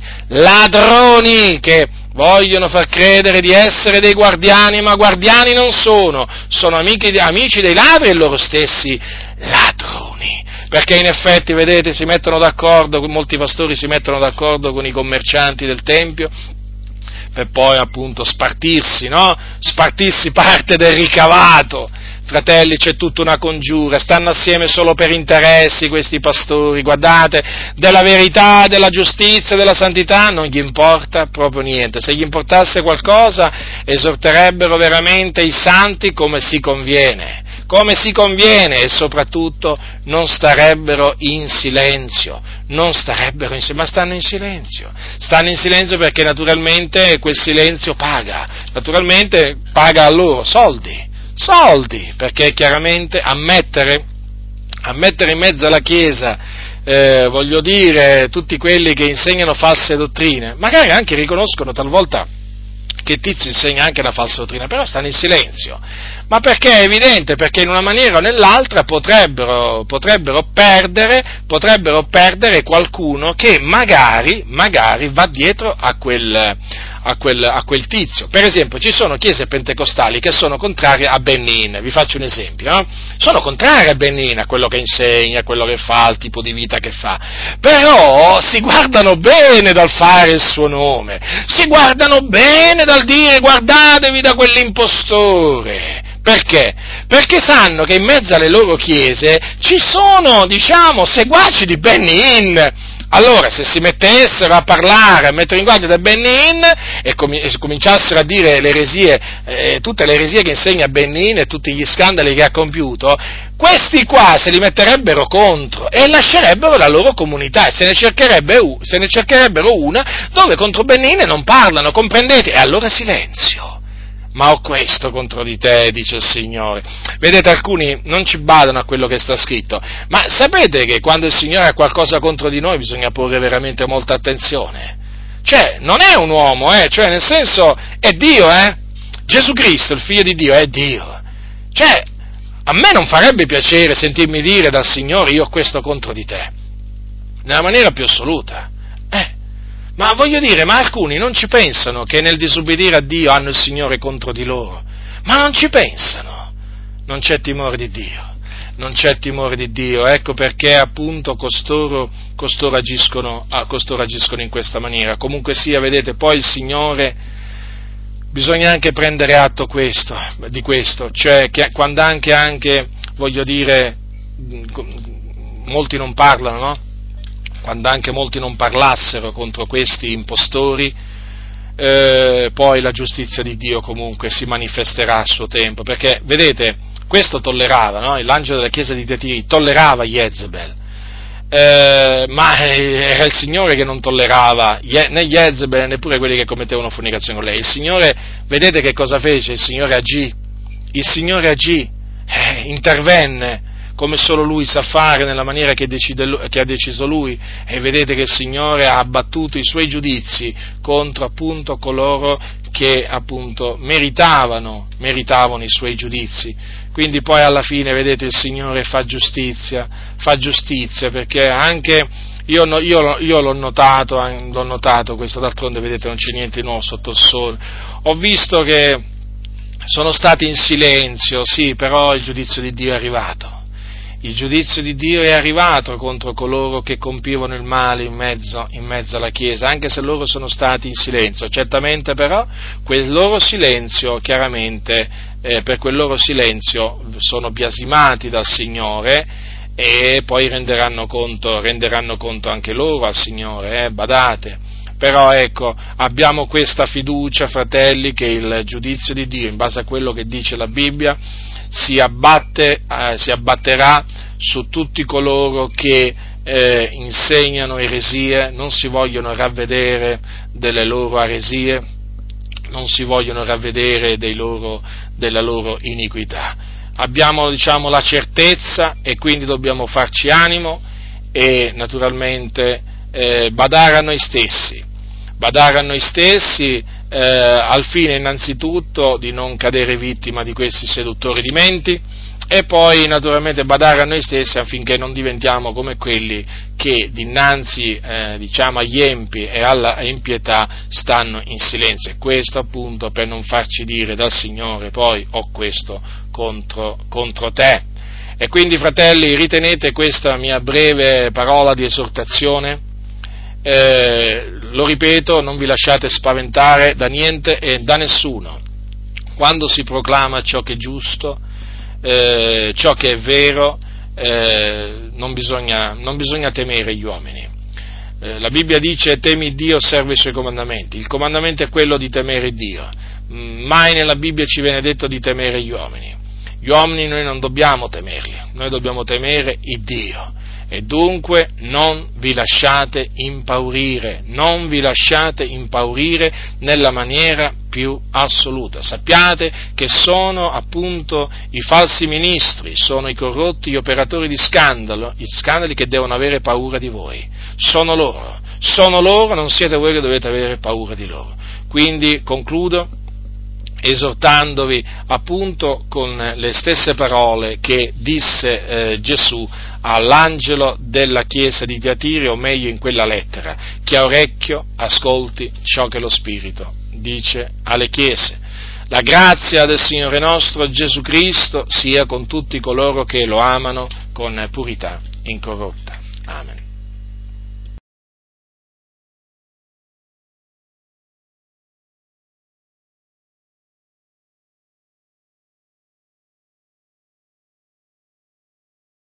ladroni che vogliono far credere di essere dei guardiani, ma guardiani non sono, sono amici, amici dei ladri e loro stessi ladroni. Perché in effetti, vedete, si mettono d'accordo, molti pastori si mettono d'accordo con i commercianti del Tempio per poi appunto spartirsi, no? Spartirsi parte del ricavato. Fratelli, c'è tutta una congiura, stanno assieme solo per interessi questi pastori, guardate, della verità, della giustizia, della santità non gli importa proprio niente. Se gli importasse qualcosa, esorterebbero veramente i santi come si conviene, come si conviene, e soprattutto non starebbero in silenzio, non starebbero in silenzio, ma stanno in silenzio, stanno in silenzio perché naturalmente quel silenzio paga, naturalmente paga a loro soldi, soldi, perché chiaramente ammettere, ammettere in mezzo alla Chiesa eh, voglio dire, tutti quelli che insegnano false dottrine, magari anche riconoscono talvolta che Tizio insegna anche la falsa dottrina, però stanno in silenzio. Ma perché è evidente? Perché in una maniera o nell'altra potrebbero, potrebbero perdere, potrebbero perdere qualcuno che magari, magari va dietro a quel, a quel, a quel tizio. Per esempio, ci sono chiese pentecostali che sono contrarie a Ben Hinn, vi faccio un esempio, no? Sono contrarie a Ben Hinn, a quello che insegna, a quello che fa, al tipo di vita che fa, però si guardano bene dal fare il suo nome, si guardano bene dal dire guardatevi da quell'impostore. Perché? Perché sanno che in mezzo alle loro chiese ci sono, diciamo, seguaci di Ben Hinn. Allora, se si mettessero a parlare, a mettere in guardia da Ben Hinn e, com- e cominciassero a dire le eresie, eh, tutte le eresie che insegna Ben Hinn e tutti gli scandali che ha compiuto, questi qua se li metterebbero contro e lascerebbero la loro comunità e se ne, cercherebbe, se ne cercherebbero una dove contro Ben Hinn non parlano, comprendete? E allora silenzio. Ma ho questo contro di te, dice il Signore. Vedete, alcuni non ci badano a quello che sta scritto, ma sapete che quando il Signore ha qualcosa contro di noi bisogna porre veramente molta attenzione? Cioè, non è un uomo, eh, cioè nel senso, è Dio, eh? Gesù Cristo, il Figlio di Dio, è Dio. Cioè, a me non farebbe piacere sentirmi dire dal Signore io ho questo contro di te, nella maniera più assoluta, eh? Ma voglio dire, ma alcuni non ci pensano che nel disubbidire a Dio hanno il Signore contro di loro? Ma non ci pensano. Non c'è timore di Dio. Non c'è timore di Dio. Ecco perché appunto costoro, costoro, agiscono, ah, costoro agiscono in questa maniera. Comunque sia, vedete, poi il Signore, bisogna anche prendere atto questo, di questo. Cioè che quando anche, anche, voglio dire, molti non parlano, no? Quando anche molti non parlassero contro questi impostori, eh, poi la giustizia di Dio comunque si manifesterà a suo tempo, perché, vedete, questo tollerava, no? L'angelo della chiesa di Tiatiri tollerava Jezebel, eh, ma era il Signore che non tollerava né Jezebel né neppure quelli che commettevano fornicazione con lei. Il Signore, vedete che cosa fece? Il Signore agì, il Signore agì, eh, intervenne, come solo Lui sa fare, nella maniera che, decide, che ha deciso Lui, e vedete che il Signore ha abbattuto i Suoi giudizi contro appunto coloro che appunto meritavano, meritavano i Suoi giudizi. Quindi poi alla fine, vedete, il Signore fa giustizia, fa giustizia, perché anche io, io, io l'ho notato, l'ho notato questo, d'altronde vedete non c'è niente di nuovo sotto il sole, ho visto che sono stati in silenzio, sì, però il giudizio di Dio è arrivato. Il giudizio di Dio è arrivato contro coloro che compivano il male in mezzo, in mezzo alla Chiesa, anche se loro sono stati in silenzio. Certamente però quel loro silenzio, chiaramente, eh, per quel loro silenzio sono biasimati dal Signore e poi renderanno conto, renderanno conto anche loro al Signore, eh, badate. Però ecco, abbiamo questa fiducia, fratelli, che il giudizio di Dio, in base a quello che dice la Bibbia, si abbatte, eh, si abbatterà su tutti coloro che eh, insegnano eresie, non si vogliono ravvedere delle loro eresie, non si vogliono ravvedere dei loro, della loro iniquità. Abbiamo, diciamo, la certezza e quindi dobbiamo farci animo e naturalmente eh, badare a noi stessi, badare a noi stessi eh, al fine innanzitutto di non cadere vittima di questi seduttori di menti e poi naturalmente badare a noi stessi affinché non diventiamo come quelli che dinanzi eh, diciamo agli empi e alla impietà stanno in silenzio, e questo appunto per non farci dire dal Signore poi ho questo contro, contro te. E quindi, fratelli, ritenete questa mia breve parola di esortazione. Eh, lo ripeto, non vi lasciate spaventare da niente e da nessuno. Quando si proclama ciò che è giusto, eh, ciò che è vero, eh, non bisogna, non bisogna temere gli uomini. Eh, la Bibbia dice temi Dio, osserva i Suoi comandamenti. Il comandamento è quello di temere Dio. Mai nella Bibbia ci viene detto di temere gli uomini. Gli uomini noi non dobbiamo temerli, noi dobbiamo temere il Dio. E dunque non vi lasciate impaurire, non vi lasciate impaurire nella maniera più assoluta. Sappiate che sono appunto i falsi ministri, sono i corrotti, gli operatori di scandalo, gli scandali che devono avere paura di voi. Sono loro, sono loro, non siete voi che dovete avere paura di loro. Quindi concludo esortandovi appunto con le stesse parole che disse eh, Gesù all'angelo della chiesa di Tiatiri, o meglio in quella lettera: chi ha orecchio ascolti ciò che lo Spirito dice alle chiese. La grazia del Signore nostro Gesù Cristo sia con tutti coloro che lo amano con purità incorrotta. Amen.